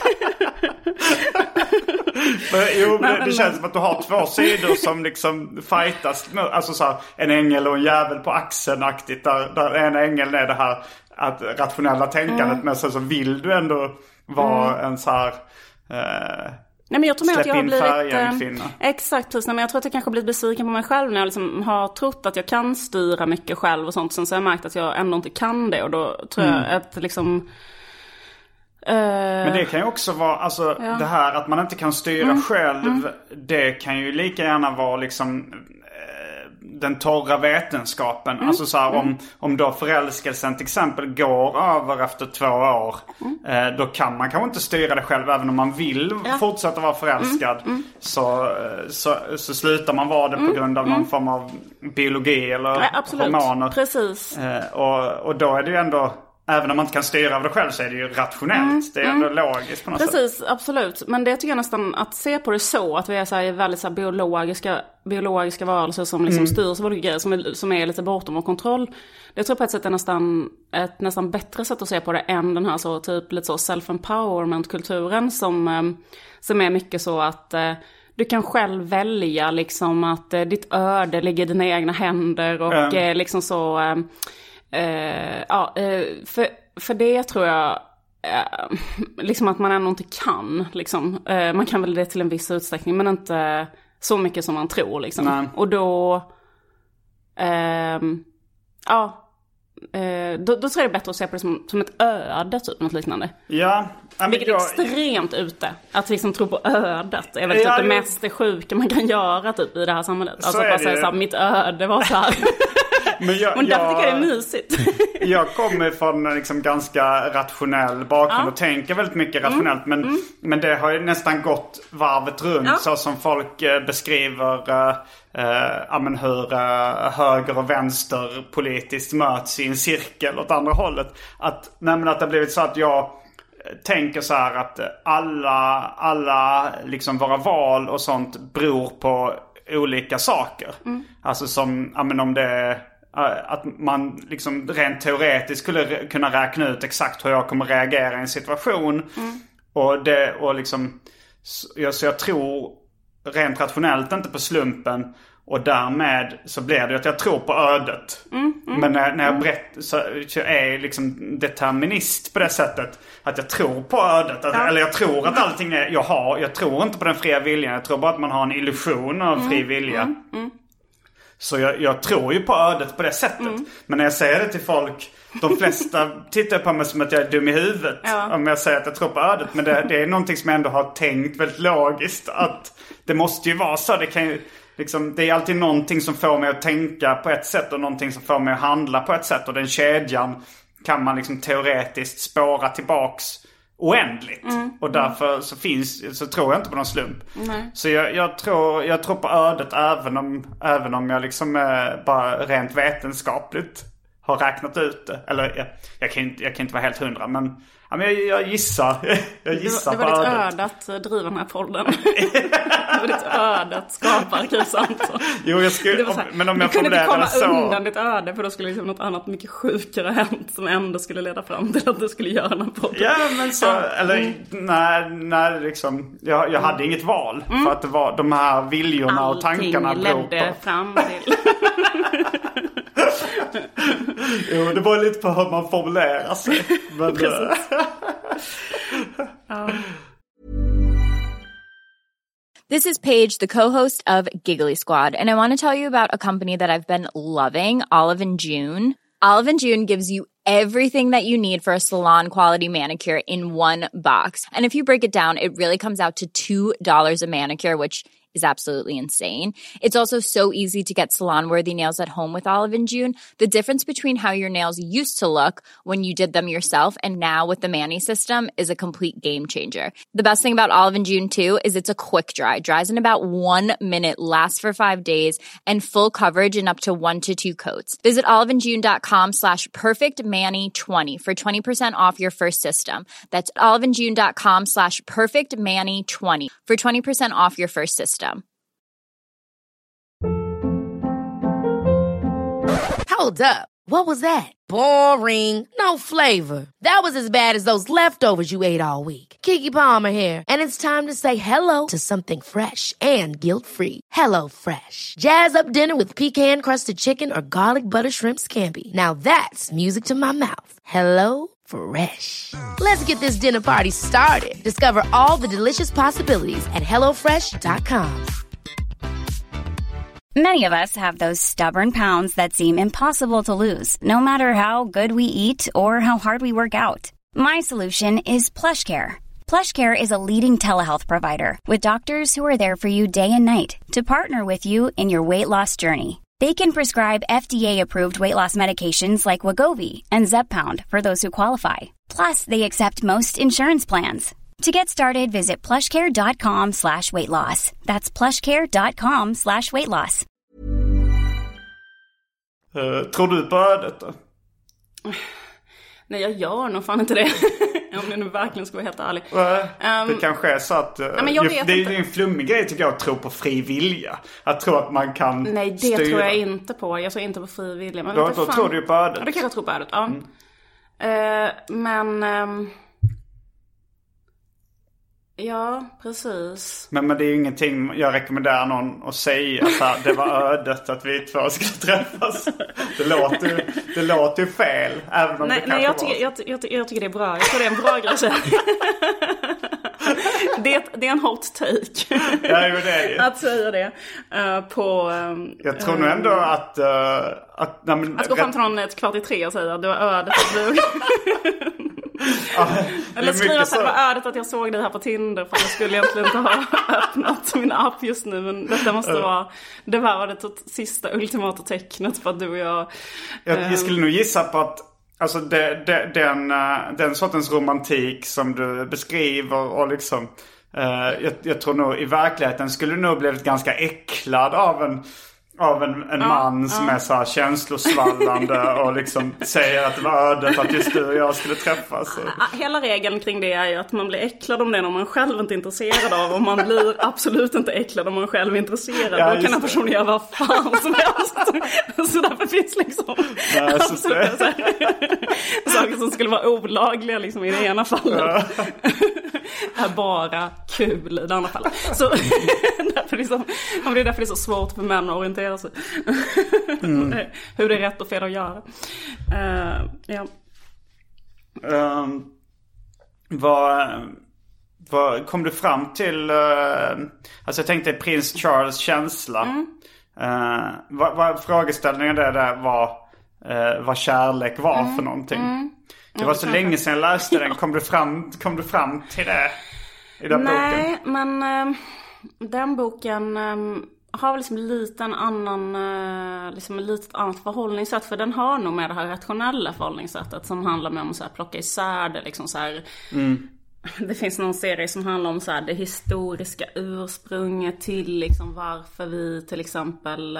Det känns som att du har 2 sidor som liksom fightas, alltså så här, en ängel och en jävel på axeln-aktigt, där en ängel är det här att rationella tänkandet, men så vill du ändå vara en så här nej, men jag tror att jag har blivit kvinna. Exakt, precis. Men jag tror att jag kanske har blivit besviken på mig själv när jag liksom har trott att jag kan styra mycket själv och sånt, sen så har jag märkt att jag ändå inte kan det, och då tror jag att liksom men Men det kan ju också vara, alltså det här att man inte kan styra själv. Det kan ju lika gärna vara liksom den torra vetenskapen. Alltså så här, om då förälskelsen till exempel går över efter 2 år. Då kan man kanske inte styra det själv. Även om man vill fortsätta vara förälskad. Så slutar man vara det på grund av någon form av biologi eller hormoner. Precis. Och då är det ju ändå, även om man inte kan styra över det själv, så är det ju rationellt. Det är ändå logiskt på något sätt. Precis, absolut. Men det tycker jag nästan, att se på det så, att vi är så här väldigt så här biologiska varelser som liksom styrs av olika grejer som är lite bortom vår kontroll. Det tror jag på ett sätt är nästan bättre sätt att se på det än den här så typ lite så self-empowerment-kulturen som är mycket så att du kan själv välja liksom att ditt öde ligger i dina egna händer och liksom så... för det tror jag liksom att man ändå inte kan liksom. Man kan väl det till en viss utsträckning, men inte så mycket som man tror liksom. Nej. Och då då tror jag det är bättre att se på det som ett öde typ, något liknande. Ja. Vilket är extremt ute. Att liksom tro på ödet är väl typ det mest sjuka man kan göra typ i det här samhället. Alltså att bara säga såhär, mitt öde var så här. Men därför tycker jag det är mysigt. Jag kommer från en liksom ganska rationell bakgrund och tänker väldigt mycket rationellt. Men det har ju nästan gått varvet runt så som folk beskriver hur höger och vänster politiskt möts i en cirkel åt andra hållet. Att det har blivit så att jag tänker så här att alla liksom våra val och sånt beror på olika saker. Alltså som om det är att man liksom rent teoretiskt skulle kunna räkna ut exakt hur jag kommer reagera i en situation. Och liksom så jag tror rent rationellt inte på slumpen. Och därmed så blir det att jag tror på ödet. Men när jag så är jag liksom determinist på det sättet. Att jag tror på ödet. Eller jag tror att allting är... Jag tror inte på den fria viljan. Jag tror bara att man har en illusion av fri vilja. Så jag tror ju på ödet på det sättet. Men när jag säger det till folk... De flesta tittar på mig som att jag är dum i huvudet. Om jag säger att jag tror på ödet. Men det är någonting som jag ändå har tänkt väldigt logiskt. Att det måste ju vara så. Det kan ju... Liksom, det är alltid någonting som får mig att tänka på ett sätt och någonting som får mig att handla på ett sätt. Och den kedjan kan man liksom teoretiskt spåra tillbaks oändligt. Och därför så tror jag inte på någon slump. Så jag tror på ödet även om jag liksom bara rent vetenskapligt har räknat ut det. Eller jag kan inte vara helt 100, men jag gissar. Det var ditt öde att driva den här podden. Det var ditt öde att skapa Arkivsamtal. Jo, jag skulle... Men om jag kunde inte komma så... undan ditt öde, för då skulle liksom något annat mycket sjukare hänt som ändå skulle leda fram till att du skulle göra den här podden. Ja, men så... Eller, nej, liksom... Jag hade inget val. För att det var de här viljorna och tankarna allting ledde fram till... Jo, det var lite på hur man formulerar sig. Men, This is Paige, the co-host of Giggly Squad, and I want to tell you about a company that I've been loving, Olive & June. Olive & June gives you everything that you need for a salon-quality manicure in one box. And if you break it down, it really comes out to $2 a manicure, which is absolutely insane. It's also so easy to get salon-worthy nails at home with Olive & June. The difference between how your nails used to look when you did them yourself and now with the Mani system is a complete game changer. The best thing about Olive & June, too, is it's a quick dry. Dries in about 1 minute, lasts for 5 days, and full coverage in up to 1 to 2 coats. Visit oliveandjune.com/perfectmani20 for 20% off your first system. That's oliveandjune.com/perfectmani20 for 20% off your first system. Hold up. What was that? Boring. No flavor. That was as bad as those leftovers you ate all week. Keke Palmer here, and it's time to say hello to something fresh and guilt-free. Hello Fresh. Jazz up dinner with pecan-crusted chicken or garlic butter shrimp scampi. Now that's music to my mouth. Hello Fresh. Let's get this dinner party started. Discover all the delicious possibilities at hellofresh.com. Many of us have those stubborn pounds that seem impossible to lose, no matter how good we eat or how hard we work out. My solution is PlushCare. PlushCare is a leading telehealth provider with doctors who are there for you day and night to partner with you in your weight loss journey. They can prescribe FDA-approved weight loss medications like Wegovy and Zepbound for those who qualify. Plus, they accept most insurance plans. To get started, visit plushcare.com/weightloss. That's plushcare.com/weightloss. Tror du på ödet då? Nej, jag gör nog fan inte det. Om jag nu verkligen ska vara helt ärlig. Det kanske är så att... men jag vet det inte. är en flummig grej tycker jag att tro på fri vilja. Att tro att man kan Nej, det styra. tror jag inte på. Jag tror inte på fri vilja. Men Då tror du på ödet. Ja, det kan jag tro på ödet, ja. Men... ja, precis. Men det är ju ingenting jag rekommenderar någon att säga att det var ödet att vi två skulle träffas. Det låter ju fel. Även om Nej, jag tycker det är bra. Jag tror det är en bra grej. Det är en hot take. Ja, jo, det är det. Att säga det på... jag tror nog ändå att gå fram till någon 2:45 och säga att det var ödet att du... Eller skriva att det var ödet att jag såg dig här på Tinder, för jag skulle egentligen inte ha öppnat min app just nu, men detta måste vara det var det sista ultimata tecknet på att du och jag skulle nog gissa på att alltså den sortens romantik som du beskriver och liksom jag tror nog i verkligheten skulle du nog blivit ganska äcklad av en man som är så här känslosvallande och liksom säger att det var ödet att just du och jag skulle träffas. Hela regeln kring det är ju att man blir äcklad om det när man själv inte är intresserad av, och man blir absolut inte äcklad om man själv är intresserad. Ja, då kan en person göra vad fan som helst. Så därför finns liksom absolut saker som skulle vara olagliga liksom i det ena fallet är bara kul i det andra fallet. Så därför liksom, det är därför det är så svårt för män att orientera sig. Hur det är rätt och fel att göra. Ja. Vad kom du fram till? Alltså jag tänkte prins Charles känsla. Vad frågeställningen där var vad kärlek var för någonting. Det var så länge sedan jag läste den. Kom du fram till det i den boken? Nej, men den boken har liksom lite en annan liksom ett litet annat förhållningssätt, för den har nog med det här rationella förhållningssättet som handlar med om så här plocka isär det liksom så här. Det finns någon serie som handlar om så här det historiska ursprunget till liksom varför vi till exempel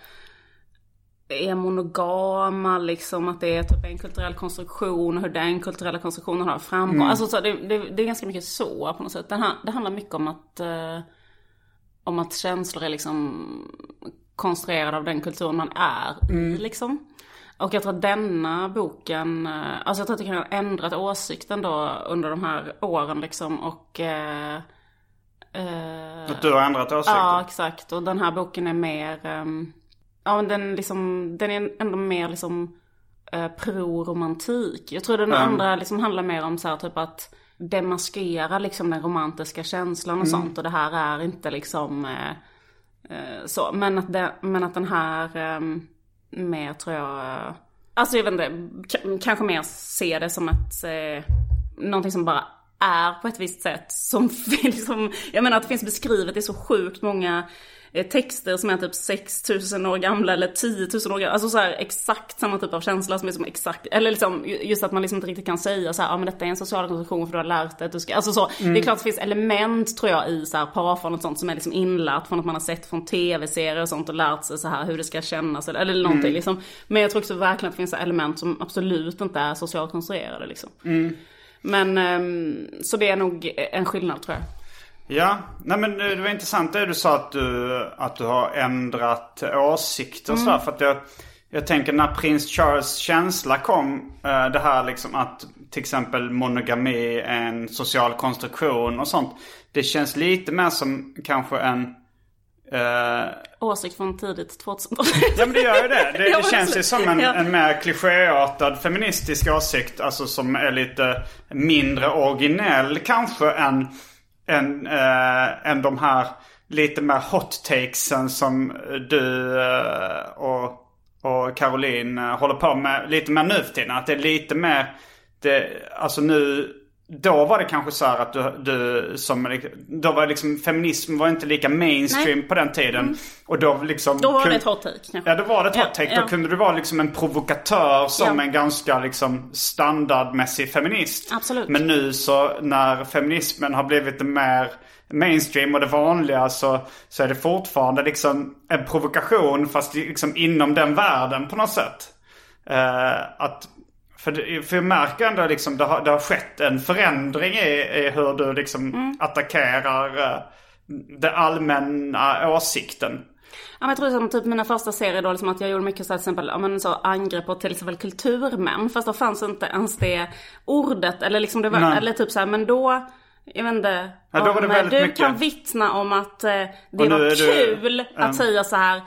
är monogama, liksom att det är typ en kulturell konstruktion och hur den kulturella konstruktionen har framgått. Alltså så det är ganska mycket så på något sätt. Det handlar mycket om att känslor är liksom konstruerade av den kulturen man är i liksom. Och jag tror att denna boken, alltså jag tror att det kan ha ändrat åsikten då under de här åren liksom, och att du har ändrat åsikten? Ja, exakt. Och den här boken är mer ja, men den är ändå mer liksom pro-romantik. Jag tror den andra liksom handlar mer om så här typ att demaskera liksom den romantiska känslan och sånt, och det här är inte liksom så, men att den här mer tror jag, alltså jag vet inte, kanske mer se det som ett någonting som bara är på ett visst sätt som liksom, jag menar att det finns beskrivet i så sjukt många texter som är typ 6000 år gamla eller 10 000 år gamla. Alltså så här exakt samma typ av känsla som är som exakt, eller liksom just att man liksom inte riktigt kan säga så här, ja men detta är en social konstruktion för du har lärt dig att du ska, alltså så. Det är klart att det finns element tror jag i så här parförhållanden och sånt som är liksom inlärt från att man har sett från tv-serier och sånt och lärt sig så här hur det ska kännas eller någonting liksom. Men jag tror också verkligen att det finns element som absolut inte är socialt konstruerade liksom. Men så det är nog en skillnad tror jag. Ja, nej men det var intressant det du sa att du har ändrat åsikter och så, för att jag tänker när prins Charles känsla kom, det här liksom att till exempel monogami är en social konstruktion och sånt, det känns lite mer som kanske en åsikt från tidigt 2000. Ja men det gör ju det. Det känns ju som en mer klichéartad feministisk åsikt, alltså som är lite mindre originell kanske än de här lite mer hot takesen som du och Caroline håller på med lite mer nu för tiden. Att det är lite mer alltså nu då var det kanske så här att då var liksom feminism var inte lika mainstream på den tiden. Och då liksom... Då var det ett hot take. Kanske. Ja, då var det ett hot take. Då kunde du vara liksom en provokatör som en ganska liksom standardmässig feminist. Absolut. Men nu så när feminismen har blivit mer mainstream och det vanliga så är det fortfarande liksom en provokation fast liksom inom den världen på något sätt. För jag märker ändå liksom det har skett en förändring i hur du liksom attackerar den allmänna åsikten. Ja, men jag tror som typ mina första serier då liksom att jag gjorde mycket så här, till exempel så angrepp på till exempel kulturmän, fast då fanns inte ens det ordet eller liksom det var eller typ så här, men då jag vet inte, om du kan vittna om att det var kul att säga så här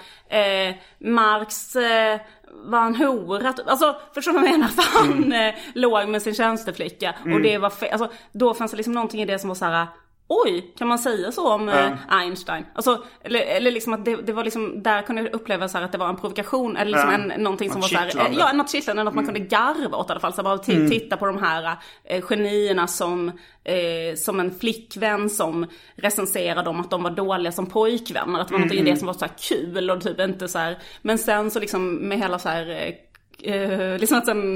Marx var en hora. Alltså, förstår du vad jag menar? För han låg med sin tjänsteflicka. Och det var alltså, då fanns det liksom någonting i det som var så här: oj, kan man säga så om Einstein? Alltså, eller liksom att det var liksom, där kunde jag uppleva så här att det var en provokation. Eller liksom någonting som var så här, något kittlande, något man kunde garva åt i alla fall. Så bara titta på de här genierna som en flickvän som recenserade om att de var dåliga som pojkvänner. Att det var något i det som var så här kul och typ inte så här. Men sen så liksom med hela så här... liksom att sen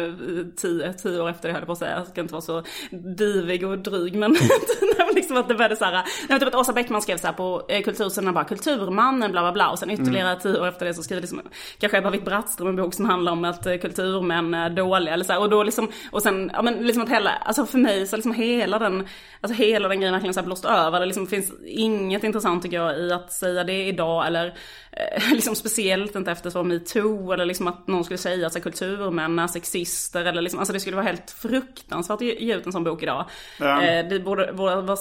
10 år efter det höll jag på att säga, jag ska inte vara så divig och dryg, men liksom att det började så här, typ att Åsa Bäckman skrev så här på Kultursidan bara kulturmannen bla bla bla, och sen ytterligare 10 år efter det så skrev liksom kanske Ebba Witt-Brattström en bok som handlar om att kulturmän är dåliga eller så här, och då liksom, och sen ja men liksom att hela, alltså för mig så liksom hela den grejen verkligen så här blåst över. Det liksom finns inget intressant tycker jag i att säga det idag, eller liksom speciellt inte efter så MeToo, eller liksom att någon skulle säga att kulturmän är sexister, eller liksom, alltså det skulle vara helt fruktansvärt att ge ut en sån bok idag. Det borde vara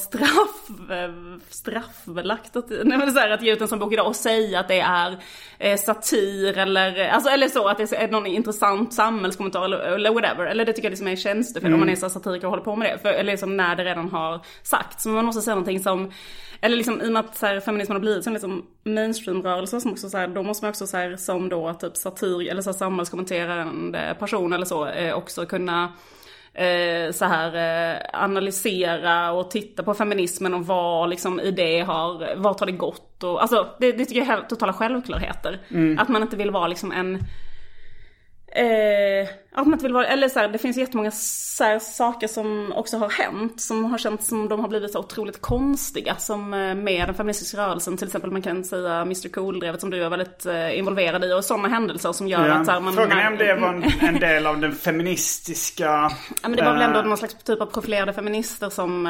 straffbelagt att ge ut en sån bok idag och säga att det är satir eller så, att det är någon intressant samhällskommentar eller whatever, eller det tycker jag liksom är tjänstefel om man är så satiriker och håller på med det, eller liksom när det redan har sagt. Så man måste säga någonting som, eller liksom i och med att så här, feminismen har blivit som liksom mainstream-rörelse som också så här, då måste man också så här, som då typ satir eller så här, samhällskommenterande person eller så också kunna så här analysera och titta på feminismen och vad liksom i det har, vad tar det gått, och alltså det tycker jag är totala självklarheter. Att man inte vill vara liksom en att man inte vill vara, eller så här, det finns jättemånga så här, saker som också har hänt som har känts som de har blivit så otroligt konstiga, som med den feministiska rörelsen, till exempel man kan säga Mr. Cool-drevet som du är väldigt involverad i, och sådana händelser som gör att så här, man... Frågan är om det var en del av den feministiska... Ja, men det var väl ändå någon slags typ av profilerade feminister som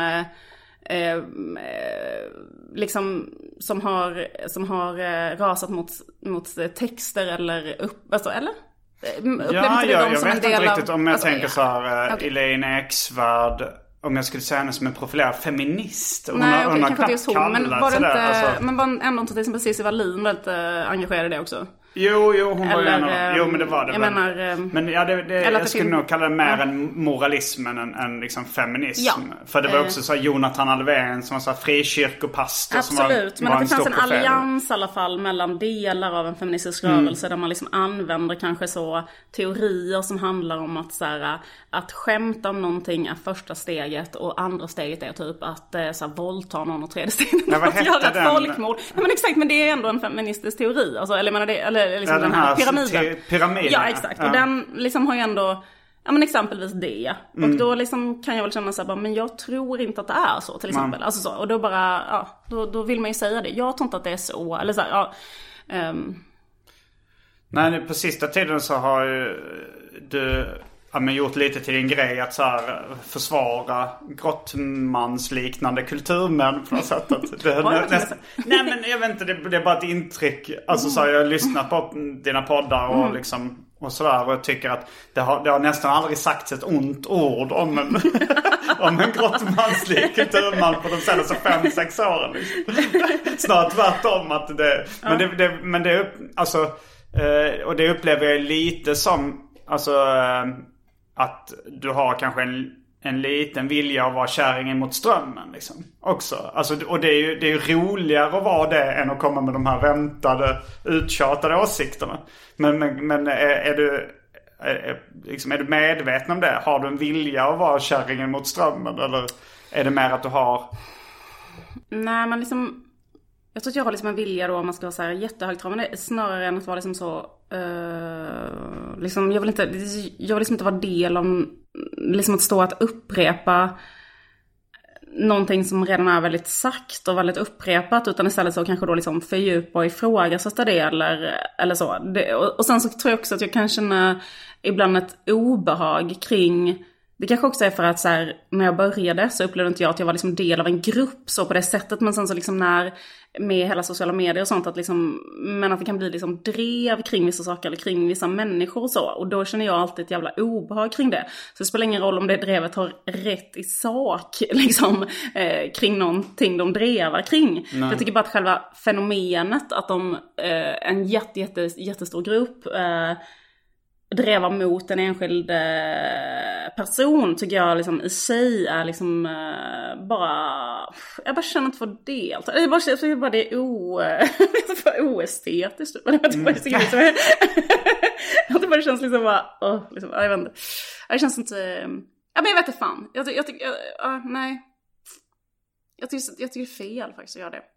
liksom som har rasat mot texter eller alltså, eller? Jag vet inte riktigt om jag tänker så här Elaine Eksvärd, om jag skulle säga henne som en profilerad feminist. Nej, okej, kanske inte just hon, men var det inte alltså. Men var ändå inte som precis i Wallin väldigt engagerad i det också? Jo, hon var ju jo, men det var det. Jag menar, men ja, jag skulle nog kalla det mer en moralism än liksom feminism. Ja. För det var också så här Jonathan Alvén som var så här frikyrkopastor. Absolut, som var men det fanns en allians i alla fall mellan delar av en feministisk rörelse där man liksom använder kanske så teorier som handlar om att så här, att skämta om någonting är första steget och andra steget är typ att så här, våldta någon, och tredje steget att göra ett folkmord. Nej, men exakt, men det är ändå en feministisk teori. Alltså, eller menar det, eller liksom den här pyramiden. Ja, exakt. Ja. Och den liksom har ju ändå, ja men exempelvis det. Och då liksom kan jag väl känna så här, men jag tror inte att det är så till exempel. Alltså så, och då bara, ja, då vill man ju säga det. Jag tror inte att det är så, eller så här, ja. Nej, på sista tiden så har ju du gjort lite till din grej att så här, försvara grottmansliknande kulturmän på något sätt. Nej, men jag vet inte, det är bara ett intryck. Alltså så här, jag har lyssnat på dina poddar och liksom och sådär, och jag tycker att det har nästan aldrig sagts ett ont ord om en grottmanslik kulturman på de senaste 5-6 åren liksom. Snart tvärtom att det, men det alltså och det upplever jag lite som alltså att du har kanske en liten vilja att vara kärringen mot strömmen liksom också. Alltså, och det är ju roligare att vara det än att komma med de här väntade, uttjatade åsikterna. Men är du, liksom, är du medveten om det? Har du en vilja att vara kärringen mot strömmen? Eller är det mer att du har... Nej, men liksom... Jag tror att jag har liksom en vilja då om man ska vara så här jättehögtravande. Snarare än att vara liksom så... liksom, jag vill liksom inte vara del av... Liksom att stå att upprepa... någonting som redan är väldigt sagt och väldigt upprepat, utan istället så kanske då liksom fördjupa och ifrågasätta det eller så. Och sen så tror jag också att jag kan känna ibland ett obehag kring... Det kanske också är för att så här, när jag började så upplevde inte jag att jag var liksom del av en grupp så på det sättet. Men sen så liksom när med hela sociala medier och sånt att liksom, men att det kan bli liksom drev kring vissa saker eller kring vissa människor och så. Och då känner jag alltid ett jävla obehag kring det. Så det spelar ingen roll om det drevet har rätt i sak liksom, kring någonting de drevar kring. Jag tycker bara att själva fenomenet att de, en jättestor grupp... dreva mot en enskild person tycker jag liksom i sig är liksom jag bara känner inte för delta. Jag tycker bara det är oestetiskt. Jag tycker bara det känns liksom bara liksom, jag vet inte. Det känns inte men jag vet inte fan. Jag tycker nej. Jag tycker det är fel faktiskt att göra det.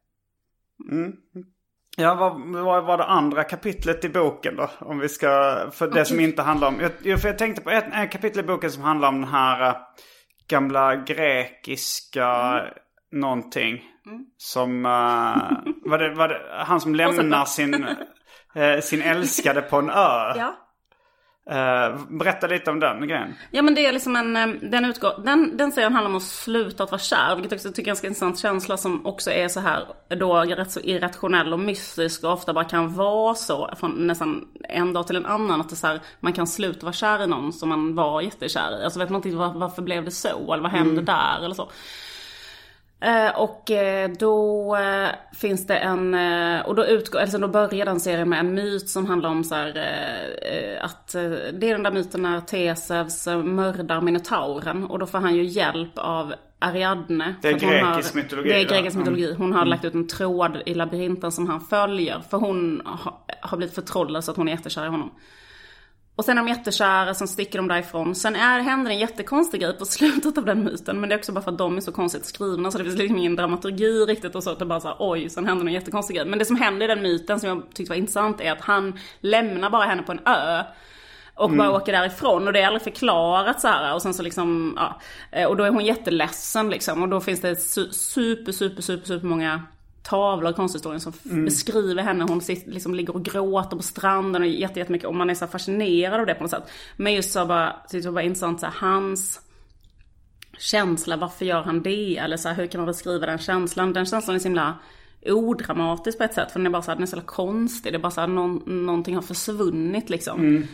Ja, vad var det andra kapitlet i boken då? Om vi ska, för det som inte handlar om... För jag tänkte på ett kapitel i boken som handlar om den här gamla grekiska någonting. Som, var det han som lämnar sin älskade på en ö. Ja. Berätta lite om den grejen. Ja, men det är liksom den serien handlar om att sluta att vara kär, vilket också tycker jag är en ganska intressant känsla som också är så här då rätt så irrationell och mystisk och ofta bara kan vara så från nästan en dag till en annan att det så här, man kan sluta vara kär i någon som man var jättekär i. Alltså vet man inte varför blev det så eller vad hände där eller så. Och då finns det då börjar den serien med en myt som handlar om så här, att det är den där myten när Theseus mördar minotauren och då får han ju hjälp av Ariadne. Det är grekisk mytologi. Det är grekisk mytologi. Hon har lagt ut en tråd i labyrinten som han följer för hon har blivit förtrollad så att hon är jättekär i honom. Och sen är de jättekära, sen sticker de därifrån. Sen händer en jättekonstig grej på slutet av den myten. Men det är också bara för att de är så konstigt skrivna. Så det finns liksom ingen dramaturgi riktigt. Och så att det bara så här, oj, sen händer en jättekonstig grej. Men det som händer i den myten som jag tyckte var intressant är att han lämnar bara henne på en ö. Och bara åker därifrån. Och det är aldrig förklarat så här. Och sen så liksom, ja. Och då är hon jätteledsen liksom. Och då finns det super många tavlor och konsthistorien som beskriver henne. Hon liksom ligger och gråter på stranden och jättemycket. Och man är så fascinerad av det på något sätt. Men just så bara, tyckte jag var intressant så här, hans känsla, varför gör han det? Eller så här, hur kan man beskriva den känslan? Den känslan är så himla odramatisk på ett sätt. För den är bara så här, den är så konstig. Det är bara så här, någonting har försvunnit liksom.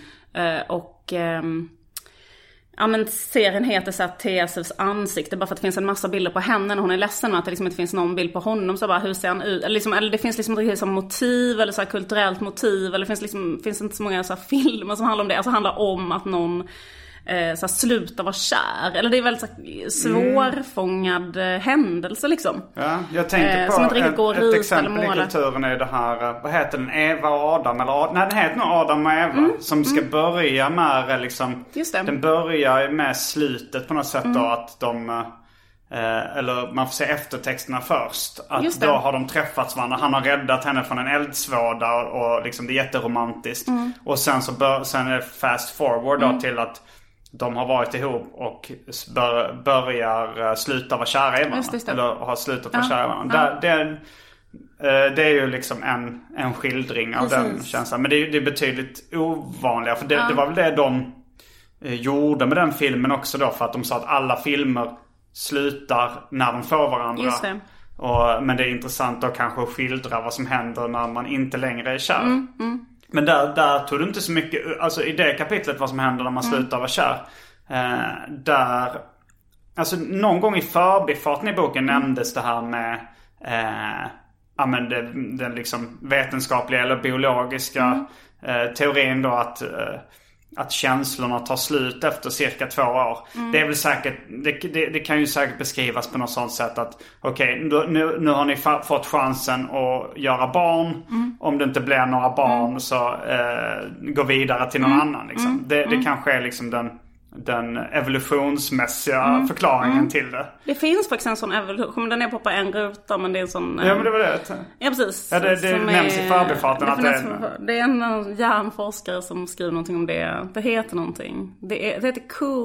Ja, men serien heter så här Theseus ansikte bara för att det finns en massa bilder på henne när hon är ledsen, men att det liksom inte finns någon bild på honom, så bara hur ser han ut eller det finns liksom inte som motiv eller så här kulturellt motiv, eller finns inte så många så här filmer som handlar om det, alltså handlar om att någon så här slutar vara kär, eller det är väldigt så här, svårfångad händelse liksom. Ja, jag tänker på som inte riktigt går ett exempel i kulturen är det här, vad heter den, Eva och Adam eller nej, den heter nog Adam och Eva som ska börja med liksom, den börjar med slutet på något sätt då, att de eller man får se eftertexterna först, att då har de träffats varandra, han har räddat henne från en eldsvåda och liksom det är jätteromantiskt och sen är det fast forward då till att de har varit ihop och börjar sluta vara kära i varandra. Eller har slutat vara kära i varandra. Det är ju liksom en skildring av den känslan. Men det är betydligt ovanligare. För det var väl det de gjorde med den filmen också då. För att de sa att alla filmer slutar när de får varandra. Just det. Men det är intressant att kanske skildra vad som händer när man inte längre är kär. Men där tog du inte så mycket, alltså i det kapitlet vad som händer när man slutar vara kär. Alltså någon gång i förbifarten i boken nämndes det här med den liksom vetenskapliga eller biologiska teorin då att att känslorna tar slut efter cirka 2 år. Det är väl säkert, det kan ju säkert beskrivas på något sånt sätt att okej, nu har ni fått chansen att göra barn. Om det inte blir några barn så gå vidare till någon annan liksom. Det kanske är liksom den evolutionsmässiga förklaringen till det. Det finns faktiskt en sån evolution. Den är på en ruta, men det är en sån... Ja, men det var det. Ja, precis. Ja, det nämns i förbifarten att det är en hjärnforskare som skriver någonting om det. Det heter någonting. Det heter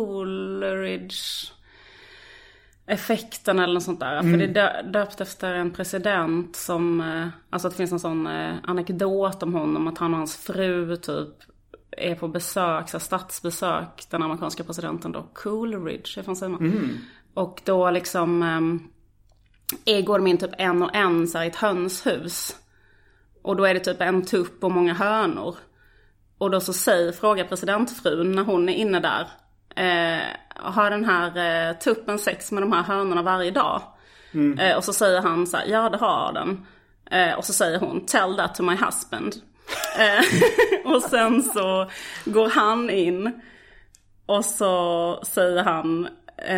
Coleridge-effekten eller något sånt där. För det är döpt efter en president som... Alltså det finns en sån anekdot om honom att han och hans fru typ... är på besök, så statsbesök, den amerikanska presidenten då, Coleridge, hur säger man? Och då liksom går de in typ en och en så här, i ett hönshus. Och då är det typ en tupp och många hönor. Och då så frågar presidentfrun när hon är inne där, har den här tuppen sex med de här hönorna varje dag? Och så säger han så här, ja det har den. Och så säger hon, tell that to my husband. Och sen så går han in och så säger han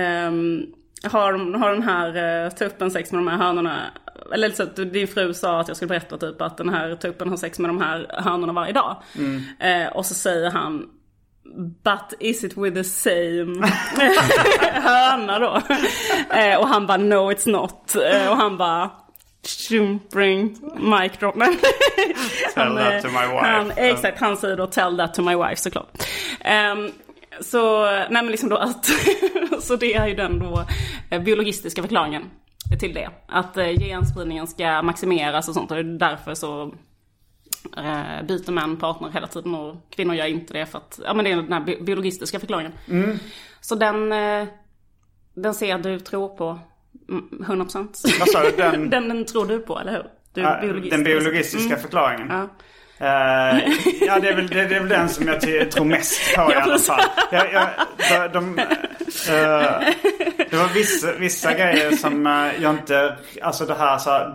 har den här tuppen sex med de här hönorna, eller så att din fru sa att jag skulle berätta typ att den här tuppen har sex med de här hönorna varje dag. Och så säger han, but is it with the same höna då? Och han bara, no it's not. Och han bara, bring mic drop. Tell that to my wife. Exakt, han säger då tell that to my wife såklart. Så nej men liksom då att så det är ju den då biologistiska förklaringen till det, att genspridningen ska maximeras och sånt, och därför så byter män partner hela tiden och kvinnor gör inte det för att men det är den här biologistiska förklaringen. Så den ser du tror på 100%. Vad sa du? Den tror du på, eller hur? Den biologistiska förklaringen. Ja. Ja, det är väl den som jag tror mest på i alla fall. Det var vissa grejer som jag inte, alltså det här så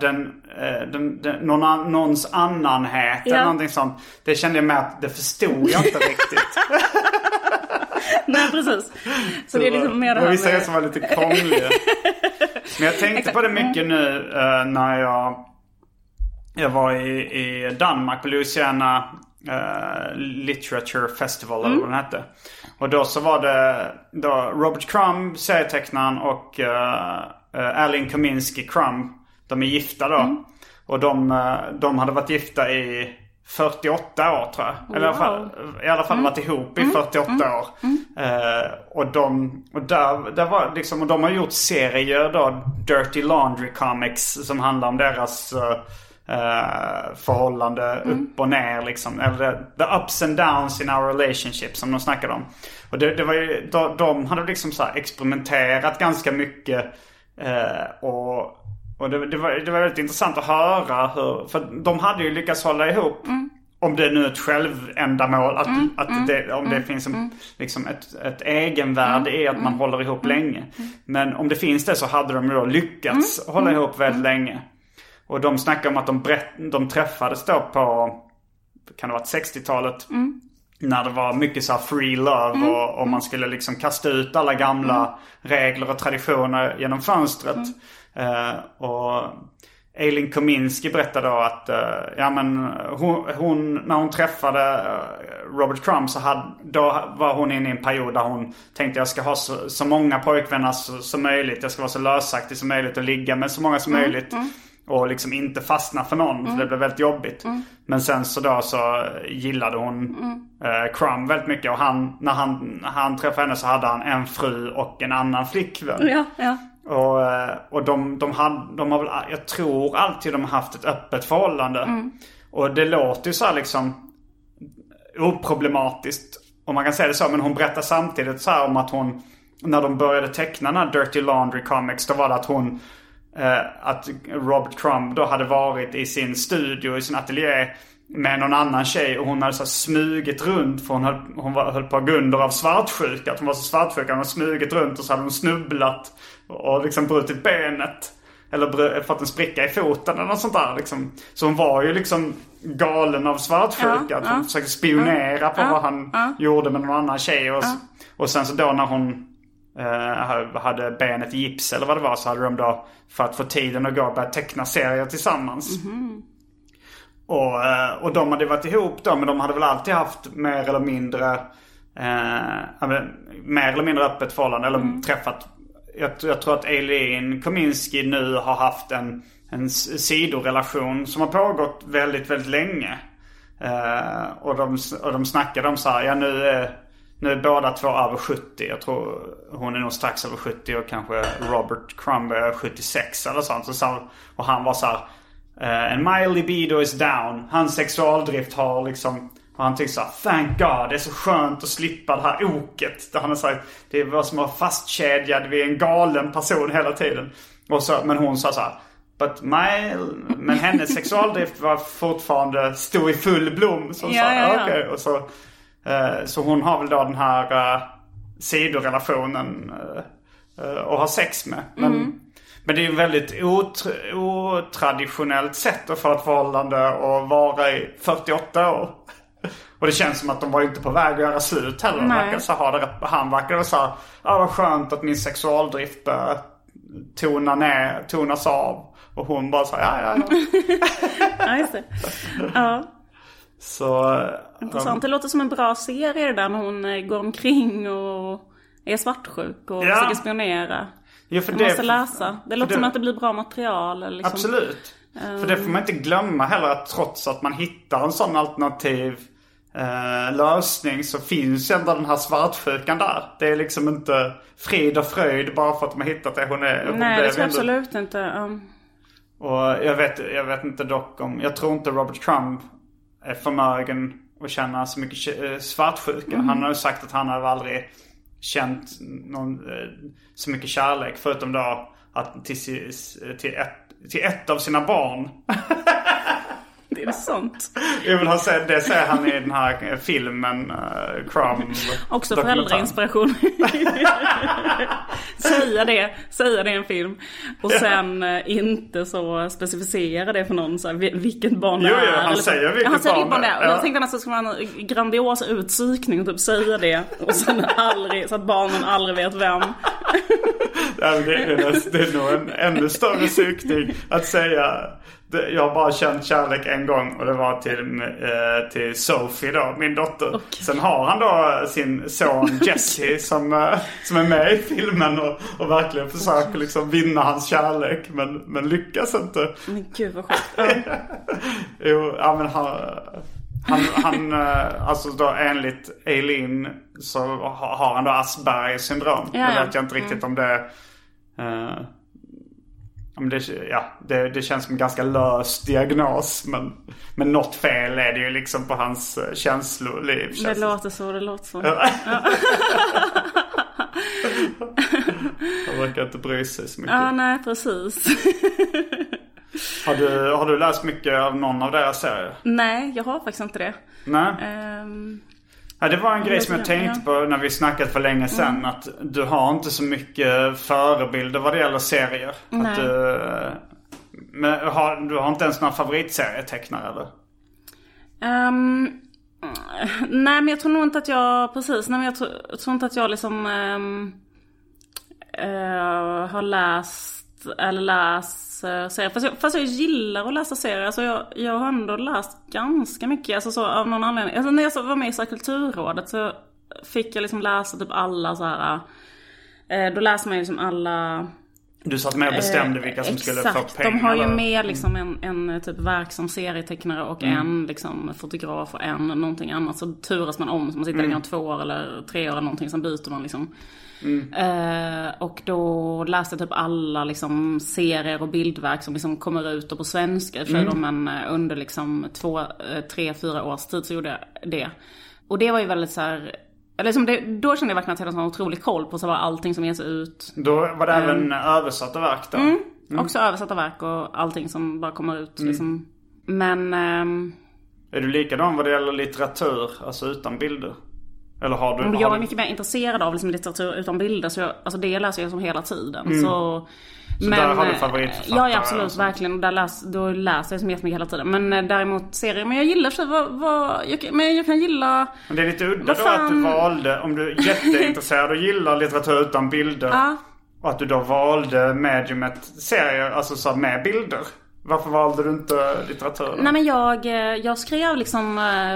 någons annanhet eller någonting sånt. Det kände jag med att det förstod jag inte riktigt. Nej, precis. Så det är liksom mer det här. Vissa grejer som var lite krångliga. Men jag tänkte på det mycket nu när jag var i Danmark på Louisiana Literature Festival eller vad den hette. Och då så var det då Robert Crumb, serietecknaren, och Alan Kominsky Crumb. De är gifta då. Och de hade varit gifta i 48 år tror jag. Eller i alla fall varit ihop i 48 år. Och där var liksom, och de har gjort serier då, Dirty Laundry Comics, som handlar om deras förhållande upp och ner liksom, eller the ups and downs in our relationship som de snackade om. Och det var ju, de hade liksom så här experimenterat ganska mycket och det var väldigt intressant att höra hur, för de hade ju lyckats hålla ihop. Om det är nu ett självändamål om det finns liksom ett egenvärde i att man håller ihop länge. Men om det finns det så hade de ju då lyckats hålla ihop väldigt länge. Och de snackar om att de träffades då på, kan det ha varit 60-talet, när det var mycket så här free love och man skulle liksom kasta ut alla gamla regler och traditioner genom fönstret. Och Alan Kominsky berättade då att hon när hon träffade Robert Crumb då var hon inne i en period där hon tänkte jag ska ha så många pojkvänner som möjligt. Jag ska vara så lösaktig som möjligt och ligga med så många som möjligt. Och liksom inte fastna för någon, för det blev väldigt jobbigt. Men sen så gillade hon Crumb väldigt mycket. Och när han träffade henne så hade han en fru och en annan flickvän. Ja. Och de har väl, jag tror alltid de har haft ett öppet förhållande. Och det låter ju så här liksom oproblematiskt, om man kan säga det så. Men hon berättar samtidigt så här om att hon, när de började teckna den här Dirty Laundry Comics, då var det att Robert Crumb då hade varit i sin studio, i sin ateljé med någon annan tjej, och hon hade så smugit runt, för hon höll på att gå under av svartsjuka. Att hon var så svartsjuka, hon hade smugit runt och så hade hon snubblat och liksom brutit benet. eller fått en spricka i foten eller något sånt där liksom. Så hon var ju liksom galen av svartsjuka. Att hon försökte spionera på vad han gjorde med någon annan tjej. Och sen så då när hon hade benet i gips eller vad det var, så hade de då, för att få tiden att gå, börjat teckna serier tillsammans. Och de hade varit ihop då, men de hade väl alltid haft mer eller mindre öppet förhållande eller träffat. Jag tror att Eileen Kominsky nu har haft en sidorelation som har pågått väldigt, väldigt länge. Och de snackade om så här, ja nu är båda två över 70. Jag tror hon är nog strax över 70 och kanske Robert Crumb är 76 eller sånt. Och han var så här, and my libido is down. Hans sexualdrift har liksom, och han tyckte så här, thank God, det är så skönt att slippa det här oket. Där han har sagt, det var som att vara fastkedjad vid en galen person hela tiden. Men hon sa så här, men hennes sexualdrift var fortfarande stod i full blom. Så hon sa, okej. Och så hon har väl då den här sidorelationen och har sex med. Men det är ju väldigt otraditionellt sätt att få ett förhållande och vara i 48 år. Och det känns som att de var inte på väg att göra slut heller. Han verkade så här, vad skönt att min sexualdrift tonas av. Och hon bara så här, ja, just det. Ja. Så, intressant. Det låter som en bra serie det där när hon går omkring och är svartsjuk och försöker spionera. Ja, för man måste läsa. Det låter som att det blir bra material. Liksom. Absolut. För det får man inte glömma heller, att trots att man hittar en sån alternativ lösning, så finns ju ändå den här svartsjukan där. Det är liksom inte frid och fröjd bara för att man hittat det. Nej, det är absolut inte. Och jag vet inte dock om, jag tror inte Robert Crumb är förmögen att känna så mycket svartsjuka. Han har ju sagt att han har aldrig känt så mycket kärlek, förutom då att till ett av sina barn. Det är sånt. Det säger han i den här filmen Crumb. Också föräldrainspiration. Säga det i en film. Och sen inte så specificera det för någon, så här, vilket barn det är. Jo, han säger vilket barn det är. Jag tänkte att det skulle vara en grandios utsykning och typ säga det. Och sen aldrig, så att barnen aldrig vet vem. Det är nog en ännu större sykning att säga. Jag har bara känt kärlek en gång, och det var till Sophie då, min dotter. Okay. Sen har han då sin son Jesse som är med i filmen och verkligen försöker liksom vinna hans kärlek, men lyckas inte. Men gud vad sjukt. Jo, ja, men han alltså då enligt Eileen så har han då Aspergers syndrom. Jag vet inte riktigt om det det känns som en ganska lös diagnos, men något fel är det ju liksom på hans känsloliv. Det låter så. Han verkar inte bry sig så mycket. Ja, nej, precis. Har du läst mycket av någon av deras serier? Nej, jag har faktiskt inte det. Nej. Ja, det var en grej som jag tänkte på när vi snackat för länge sedan. Att du har inte så mycket förebilder vad det gäller serier. Att du har inte ens några favoritserietecknare eller? Nej, men jag tror nog inte att jag... Precis, nej, men jag tror inte att jag liksom har läst serier. Fast jag gillar att läsa serier. Alltså jag har ändå läst ganska mycket. Alltså så av någon anledning. Alltså när jag var med i så här Kulturrådet så fick jag liksom läsa typ alla så här. Då läser man ju liksom alla. Du satt med och bestämde vilka som skulle få pengar. De har ju med liksom en typ verksam serietecknare och en liksom fotograf och en någonting annat. Så turas man om. Så man sitter liksom 2 år eller 3 år eller någonting. Sen byter man liksom. Och då läste jag typ alla liksom serier och bildverk som liksom kommer ut och på svenska för dem, men under liksom 2-3-4 års tid så gjorde jag det. Och det var ju väldigt så här, liksom då kände jag verkligen att jag hade en otrolig koll på så var allting som ges ut. Då var det även översatta verk då? Också översatta verk och allting som bara kommer ut liksom. Men är du likadan vad det gäller litteratur, alltså utan bilder? Eller har du... Jag är mycket mer intresserad av liksom litteratur utan bilder. Så alltså det läser jag som hela tiden. Så men, där har du favoritförfattare? Ja, absolut, alltså. Verkligen. Då läser jag som jättemycket hela tiden. Men däremot serier. Men jag gillar för jag kan gilla... Men det är lite udda då att du valde, om du är jätteintresserad och gillar litteratur utan bilder. Och att du då valde mediumet serier, alltså så med bilder. Varför valde du inte litteratur? Nej, men jag skrev liksom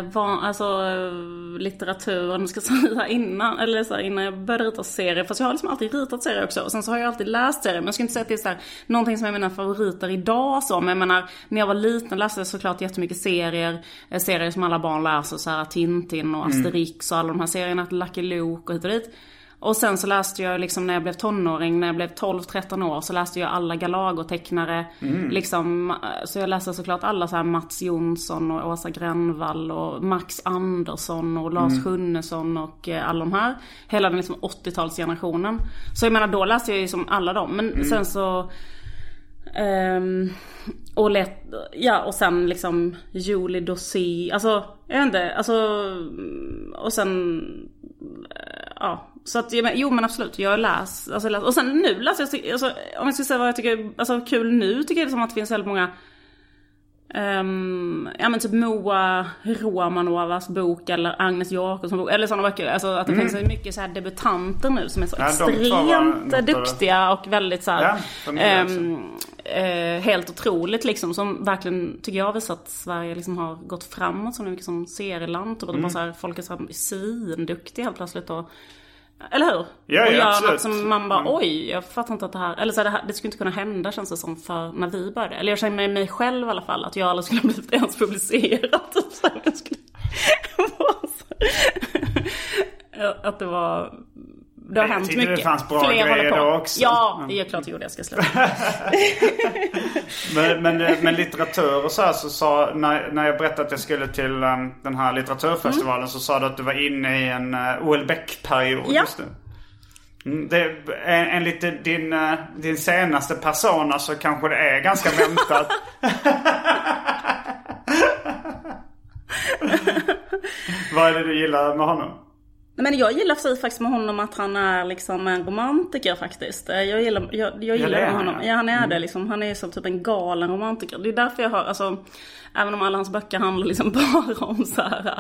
litteratur, om ska säga, innan jag började rita serier. Fast jag har liksom alltid ritat serier också. Och sen så har jag alltid läst serier. Men jag skulle inte säga att det är så här, någonting som är mina favoriter idag. Så. Men jag menar, när jag var liten läste jag såklart jättemycket serier som alla barn läser. Så här Tintin och Asterix och alla de här serierna. Lucky Luke och hit och dit. Och sen så läste jag liksom när jag blev tonåring, när jag blev 12-13 år, så läste jag alla Galago-tecknare. Liksom, så jag läste såklart alla så här Mats Jonsson och Åsa Grönvall och Max Andersson och Lars Sjunnesson och alla de här. Hela den liksom 80-talsgenerationen. Så jag menar, då läste jag ju som alla dem. Men sen så... och sen liksom Julie Dossé, alltså jag vet inte, alltså, och sen så att men absolut, jag läs och sen nu läser jag, alltså, om jag ska säga vad jag tycker alltså kul nu, tycker jag som att det finns väldigt många men typ Moa Romanovas bok eller Agnes Jakobssons bok eller sådana böcker, alltså att det finns mycket så här debutanter nu som är så extremt duktiga och väldigt så här, helt otroligt liksom, som verkligen tycker jag visar att Sverige liksom har gått framåt så mycket som serieland och bara så här, folk är så här svinduktiga helt plötsligt och eller hur? Ja, och gör absolut. något som man bara, oj, jag fattar inte att det här... Eller så här, det skulle inte kunna hända, känns det som, för när vi började. Eller jag känner med mig själv i alla fall, att jag aldrig skulle blivit ens publicerat. Så jag skulle... att det var... Det har hänt mycket. Det fanns bra grejer då också. Ja, det är klart jag gjorde. Jag ska sluta. men litteratur och så här, så sa, när jag berättade att jag skulle till den här litteraturfestivalen, så sa du att du var inne i en Houellebecq-period just nu. Det är enligt din senaste persona, så kanske det är ganska väntat. Vad är det du gillar med honom? Men jag gillar faktiskt med honom att han är liksom en romantiker faktiskt. Jag gillar med honom. Ja, han är det liksom. Han är som typ en galen romantiker. Det är därför jag har, alltså, även om alla hans böcker handlar liksom bara om så här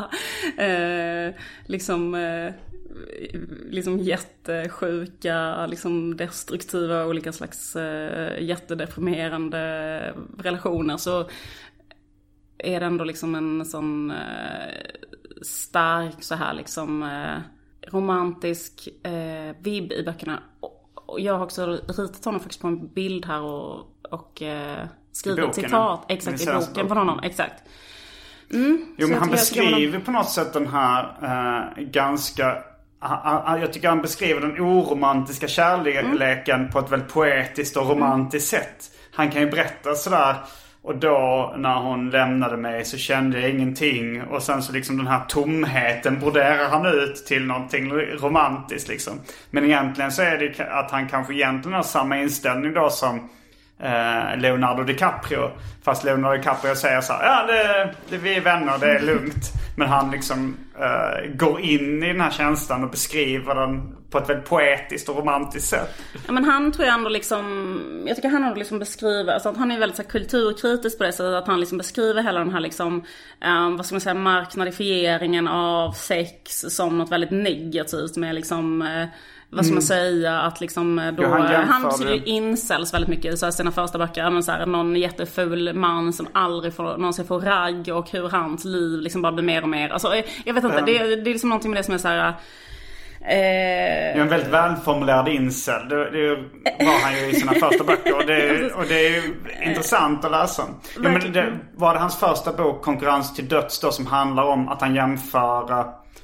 liksom jättesjuka, liksom destruktiva, olika slags jättedeprimerande relationer, så är det ändå liksom en sån stark så här liksom romantisk vibb i böckerna. Och jag har också ritat honom faktiskt på en bild här och skrivit ett citat exakt i boken från honom, exakt. Jo, men han beskriver på något sätt den här ganska... Jag tycker han beskriver den oromantiska kärleken på ett väldigt poetiskt och romantiskt sätt. Han kan ju berätta sådär: och då när hon lämnade mig så kände jag ingenting. Och sen så liksom den här tomheten broderar han ut till någonting romantiskt liksom. Men egentligen så är det att han kanske egentligen har samma inställning då som Leonardo DiCaprio. Fast Leonardo DiCaprio säger så här: vi är vänner, det är lugnt. Men han liksom går in i den här känslan och beskriver den på ett väldigt poetiskt och romantiskt sätt. Ja, men han tror jag ändå liksom... Jag tycker han ändå liksom beskriver... Alltså att han är väldigt så här, kulturkritisk på det sättet. Att han liksom beskriver hela den här liksom... vad ska man säga? Marknadifieringen av sex som något väldigt negativt med liksom... vad ska man säga, att liksom då, han beskriver incels väldigt mycket i sina första böcker, men så här, någon jätteful man som aldrig någonsin får ragg, och hur hans liv liksom bara blir mer och mer, alltså jag vet inte, det är liksom någonting med det som är så här. Det är en väldigt välformulerad incel. Det var han ju i sina första böcker, och det är ju intressant att läsa. Ja, men var det hans första bok, Konkurrens till döds då, som handlar om att han jämför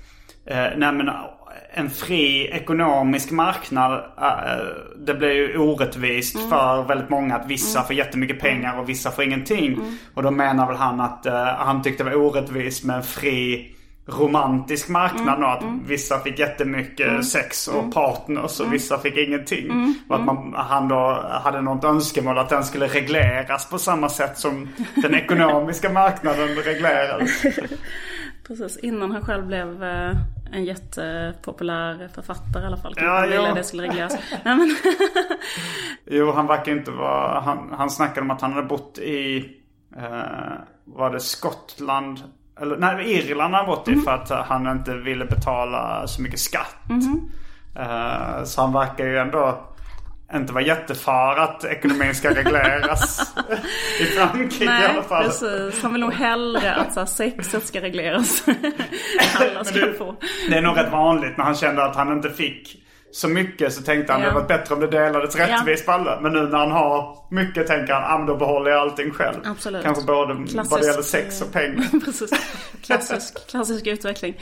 en fri ekonomisk marknad, det blir ju orättvist för väldigt många att vissa får jättemycket pengar och vissa får ingenting. Och då menar väl han att han tyckte det var orättvist med en fri romantisk marknad då, att vissa fick jättemycket sex och partners och vissa fick ingenting. Och att han då hade något önskemål att den skulle regleras på samma sätt som den ekonomiska marknaden reglerades. Precis, innan han själv blev en jättepopulär författare i alla fall. Ja, ville det skulle regleras. Nej, men Jo, han verkar inte vara... Han snackade om att han hade bott i... var det Skottland? Eller, nej, Irland han bott i för att han inte ville betala så mycket skatt. Så han verkar ju ändå inte vara jättefar att ekonomin ska regleras i Frankrike. nej, i alla fall. Precis. Han vill nog hellre att så här, sexet ska regleras. Alla ska få. Det är nog rätt vanligt när han kände att han inte fick så mycket, så tänkte han det var bättre om det delades rättvist på alla. Men nu när han har mycket tänker han då behåller jag allting själv. Absolut. Kanske både vad det gäller sex och pengar. Precis. Klassisk utveckling.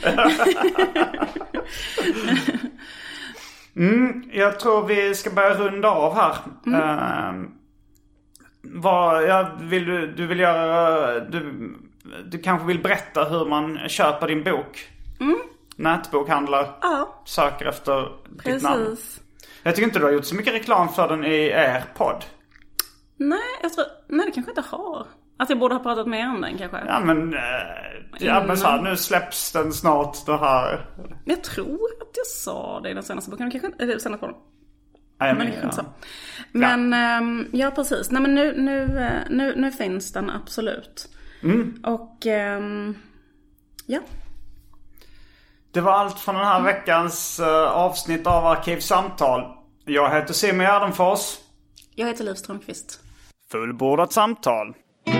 Jag tror vi ska börja runda av här. Du vill göra... Du kanske vill berätta hur man köper din bok. Nätbokhandlar. Ja. Söker efter ditt namn. Precis. Jag tycker inte du har gjort så mycket reklam för den i er podd. Nej, det kanske inte har. Att jag borde ha pratat mer om den kanske. Ja men så här, nu släpps den snart det här. Jag tror att jag sa det i den senaste boken. Kanske inte, senaste boken. Nej, Men det är inte så. Men ja, precis. Nej, men nu finns den absolut. Och ja. Det var allt från den här veckans avsnitt av Arkivsamtal. Jag heter Simon Gärdenfors. Jag heter Liv Strömqvist. Fullbordat samtal.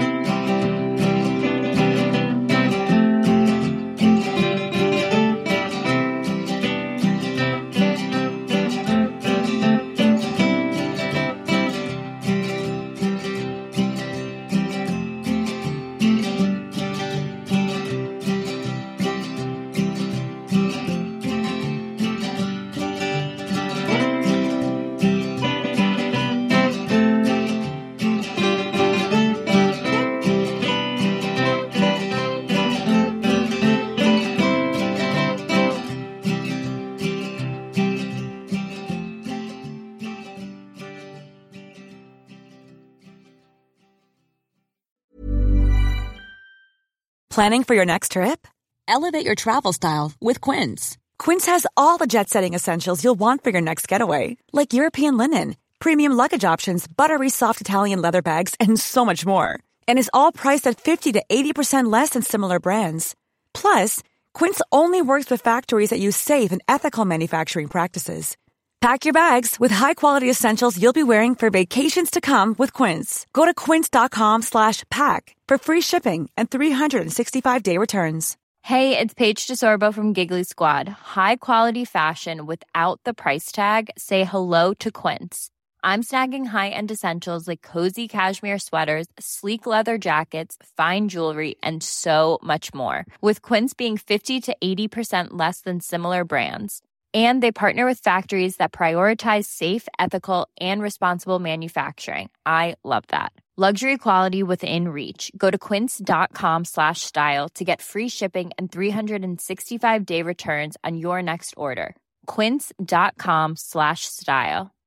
Planning for your next trip? Elevate your travel style with Quince. Quince has all the jet-setting essentials you'll want for your next getaway, like European linen, premium luggage options, buttery soft Italian leather bags, and so much more. And is all priced at 50 to 80% less than similar brands. Plus, Quince only works with factories that use safe and ethical manufacturing practices. Pack your bags with high-quality essentials you'll be wearing for vacations to come with Quince. Go to quince.com/pack for free shipping and 365-day returns. Hey, it's Paige DeSorbo from Giggly Squad. High quality fashion without the price tag. Say hello to Quince. I'm snagging high-end essentials like cozy cashmere sweaters, sleek leather jackets, fine jewelry, and so much more. With Quince being 50 to 80% less than similar brands. And they partner with factories that prioritize safe, ethical, and responsible manufacturing. I love that. Luxury quality within reach. Go to quince.com/style to get free shipping and 365-day returns on your next order. Quince.com/style.